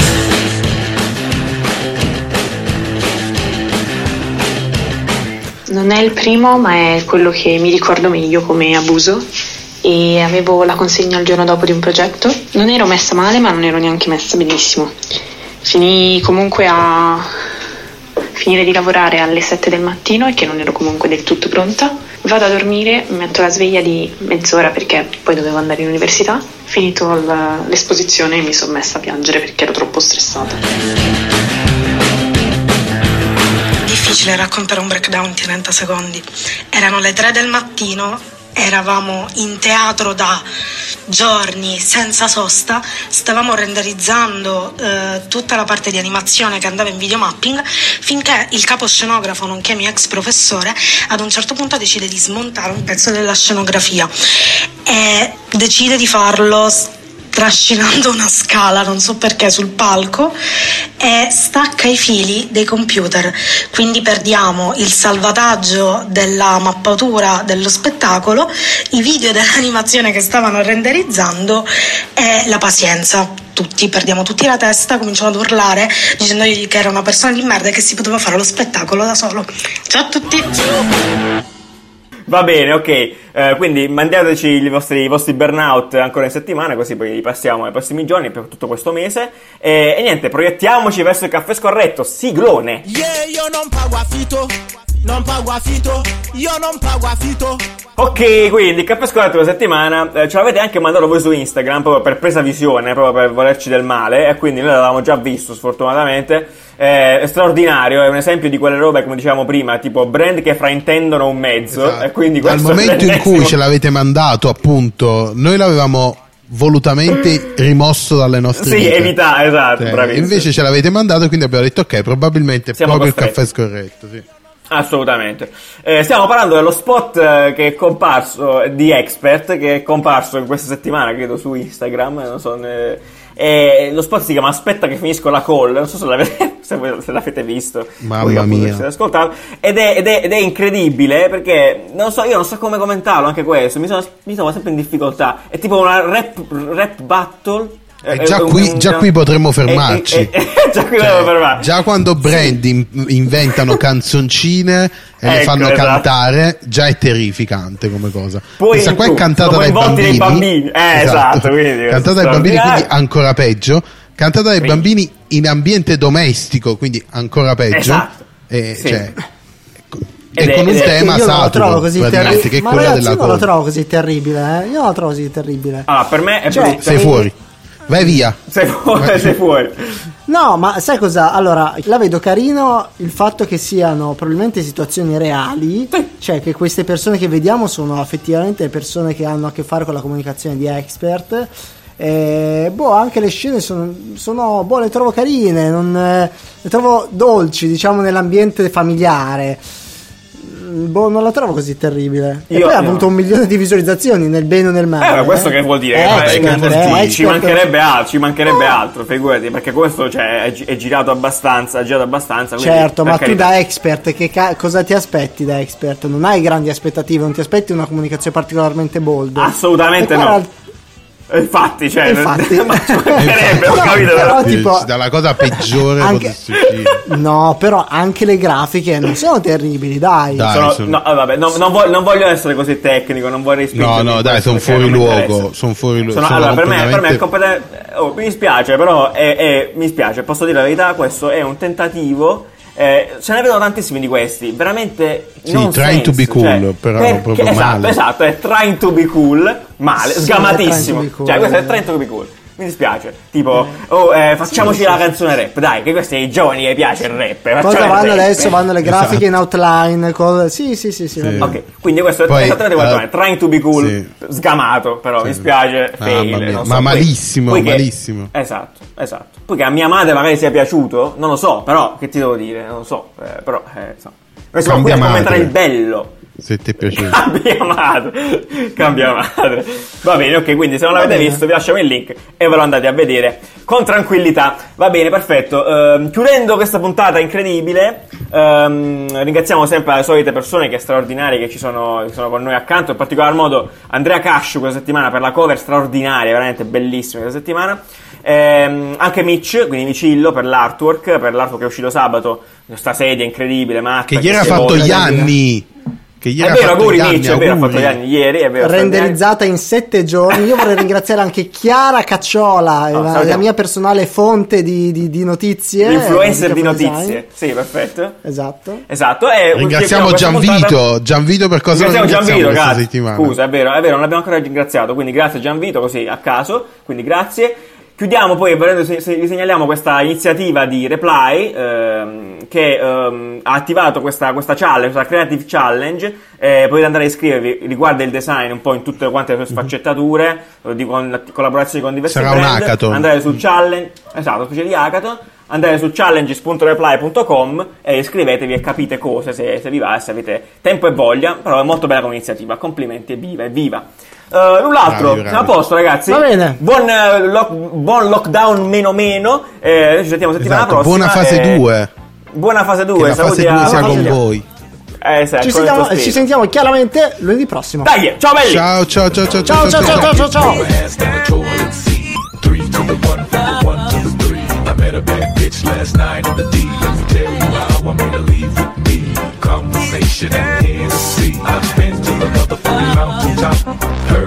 Non è il primo, ma è quello che mi ricordo meglio come abuso. E avevo la consegna il giorno dopo di un progetto. Non ero messa male, ma non ero neanche messa benissimo. Finì comunque a finire di lavorare alle sette del mattino e che non ero comunque del tutto pronta. Vado a dormire, mi metto la sveglia di mezz'ora perché poi dovevo andare in università. Finito l'esposizione mi sono messa a piangere perché ero troppo stressata. Difficile raccontare un breakdown in trenta secondi. Erano le tre del mattino eravamo in teatro da giorni senza sosta, stavamo renderizzando eh, tutta la parte di animazione che andava in videomapping, finché il capo scenografo, nonché mio ex professore, ad un certo punto decide di smontare un pezzo della scenografia e decide di farlo trascinando una scala, non so perché, sul palco, e stacca i fili dei computer, quindi perdiamo il salvataggio della mappatura dello spettacolo, i video dell'animazione che stavano renderizzando e la pazienza. Tutti, perdiamo tutti la testa, cominciamo ad urlare dicendogli che era una persona di merda e che si poteva fare lo spettacolo da solo. Ciao a tutti! Va bene, ok, eh, quindi mandateci i vostri, i vostri burnout ancora in settimana, così poi li passiamo ai prossimi giorni per tutto questo mese. E, e niente, proiettiamoci verso il caffè scorretto, siglone! Yeah, io non pago affitto, non pago affitto, io non pago affitto. Ok, quindi il caffè scorretto della settimana eh, ce l'avete anche mandato voi su Instagram, proprio per presa visione, proprio per volerci del male, e quindi noi l'avevamo già visto sfortunatamente. È straordinario, è un esempio di quelle robe, come dicevamo prima, tipo brand che fraintendono un mezzo, esatto. E quindi dal momento in cui ce l'avete mandato, appunto, noi l'avevamo volutamente rimosso dalle nostre sì, vite. evita, esatto, cioè, bravissimo. Invece ce l'avete mandato, quindi abbiamo detto ok, probabilmente è Siamo proprio costretti. il caffè scorretto, sì. Assolutamente. Eh, stiamo parlando dello spot eh, che è comparso di Expert, che è comparso in questa settimana, credo, su Instagram, non so, ne... e lo spot si chiama Aspetta che finisco la call, non so se l'avete, se voi, se l'avete visto. Mamma mia. Ed è, ed, è, ed è incredibile, perché non so, io non so come commentarlo anche questo, mi sono, mi sono sempre in difficoltà. È tipo una rap, rap battle. E già, un, qui, un, già qui potremmo fermarci. E, e, e, già, qui cioè, fermarci. Già quando brand in, inventano canzoncine e ecco, le fanno esatto. cantare, già è terrificante come cosa. Poi questa qua è cantata dai bambini, bambini. Eh, esatto, esatto quindi, cantata dai bambini, quindi ancora peggio. Cantata dai bambini in ambiente domestico, quindi ancora peggio. Esatto. E, sì. cioè, e con un tema saturo, così praticamente, che è ma quella ragazzi, della io non lo trovo così terribile, eh? Io non lo trovo così terribile. Allora, per me è cioè, brutta. Sei fuori. Vai via. Sei fuori, Vai. sei fuori. No, ma sai cosa? Allora, la vedo carino il fatto che siano probabilmente situazioni reali, cioè che queste persone che vediamo sono effettivamente persone che hanno a che fare con la comunicazione di Expert. E, boh, anche le scene sono, sono boh, le trovo carine, non, eh, le trovo dolci, diciamo, nell'ambiente familiare. Boh, non la trovo così terribile. Io, e poi no. ha avuto un milione di visualizzazioni nel bene o nel male. Eh, ma questo eh? che vuol dire? Eh, eh, certo, eh, eh, ci mancherebbe altro, ci mancherebbe oh. altro, figurati, perché questo cioè, è, è girato abbastanza, è girato abbastanza. Certo, ma carità. Tu da Expert, che ca- cosa ti aspetti da Expert? Non hai grandi aspettative, non ti aspetti una comunicazione particolarmente bold. Assolutamente no. Al... Infatti, cioè, infatti, ma infatti. Ho capito, però, tipo, dalla cosa peggiore anche, no, però anche le grafiche non sono terribili, dai. dai sono, sono... No, vabbè, no, non, voglio, non voglio essere così tecnico, non vorrei spingere. No, no, dai, sono fuori luogo. Sono fuori luogo. Allora, per me, per me è completamente. Oh, mi dispiace, però è, è, mi spiace, posso dire la verità, questo è un tentativo. Eh, ce ne vedono tantissimi di questi, veramente sì, trying sense, to be cool, cioè, però perché, proprio esatto, male. Esatto, è trying to be cool, male, sì, sgamatissimo. Cool, cioè, questo è trying to be cool. Mi dispiace, tipo, oh, eh, facciamoci sì, la sì, canzone sì. rap, dai, che questi ai giovani gli piace il rap. Cosa vanno rap. adesso? Vanno le grafiche esatto. in outline, cose... sì, sì, sì, sì. sì. Ok, quindi questo Poi, è esattamente quanto uh, trying to be cool, sì. sgamato, però sì. mi spiace, fail, non so, ma malissimo, poi, malissimo. Che, esatto, esatto. Poi che a mia madre magari sia piaciuto, non lo so, però, che ti devo dire, non lo so, eh, però, eh, so. Noi siamo qui a commentare il bello. Se ti è piaciuto. Cambia madre. Cambia madre. Va bene, ok, quindi se non l'avete visto vi lasciamo il link e ve lo andate a vedere con tranquillità. Va bene, perfetto. Uh, chiudendo questa puntata incredibile, um, ringraziamo sempre le solite persone che straordinarie che ci sono, che sono con noi accanto, in particolar modo Andrea Cascio questa settimana per la cover straordinaria, veramente bellissima questa settimana. Ehm, anche Mitch, quindi Micillo, per l'artwork, per l'artwork che è uscito sabato, questa sedia incredibile, matta, che ieri ha fatto gli anni. Che è vero, auguri Mitch, è vero, ha fatto gli anni ieri, è vero, renderizzata in sette giorni. Io vorrei ringraziare anche Chiara Cacciola, no, la, la mia personale fonte di, di, di notizie, l'influencer di notizie. Sì, perfetto. Esatto. Esatto. E ringraziamo Gianvito, puntata... Gianvito per cosa ringraziamo non ringraziamo Gianvito, questa settimana. Scusa, è vero, è vero, non l'abbiamo ancora ringraziato, quindi grazie Gianvito, così a caso, quindi grazie. Chiudiamo poi, volendo, se, se vi segnaliamo questa iniziativa di Reply ehm, che ehm, ha attivato questa, questa challenge, questa Creative Challenge. Eh, potete andare a iscrivervi, riguarda il design un po' in tutte quante le sue sfaccettature, mm-hmm. di con, collaborazioni con diversi Sarà brand. un hackathon. Andare su challenge, esatto, una specie di hackathon. Andate su challenges punto reply punto com e iscrivetevi e capite cose se, se vi va, se avete tempo e voglia. Però è molto bella come iniziativa, complimenti, evviva, evviva. Uh, null'altro, bravi, bravi. siamo a posto ragazzi. Va bene. Buon, uh, lock, buon lockdown meno meno. Eh, noi ci sentiamo settimana Esatto, prossima. buona fase due. Eh, buona fase due. La fase due sia con voi. Eh, sì, ci, sentiamo, ci sentiamo chiaramente lunedì prossimo. Dai, ciao belli. Ciao ciao ciao ciao ciao ciao ciao ciao ciao, ciao. Last night in the D, let me tell you how I made her leave with me. Conversation and Hennessy. I've been to the motherfucking mountaintop.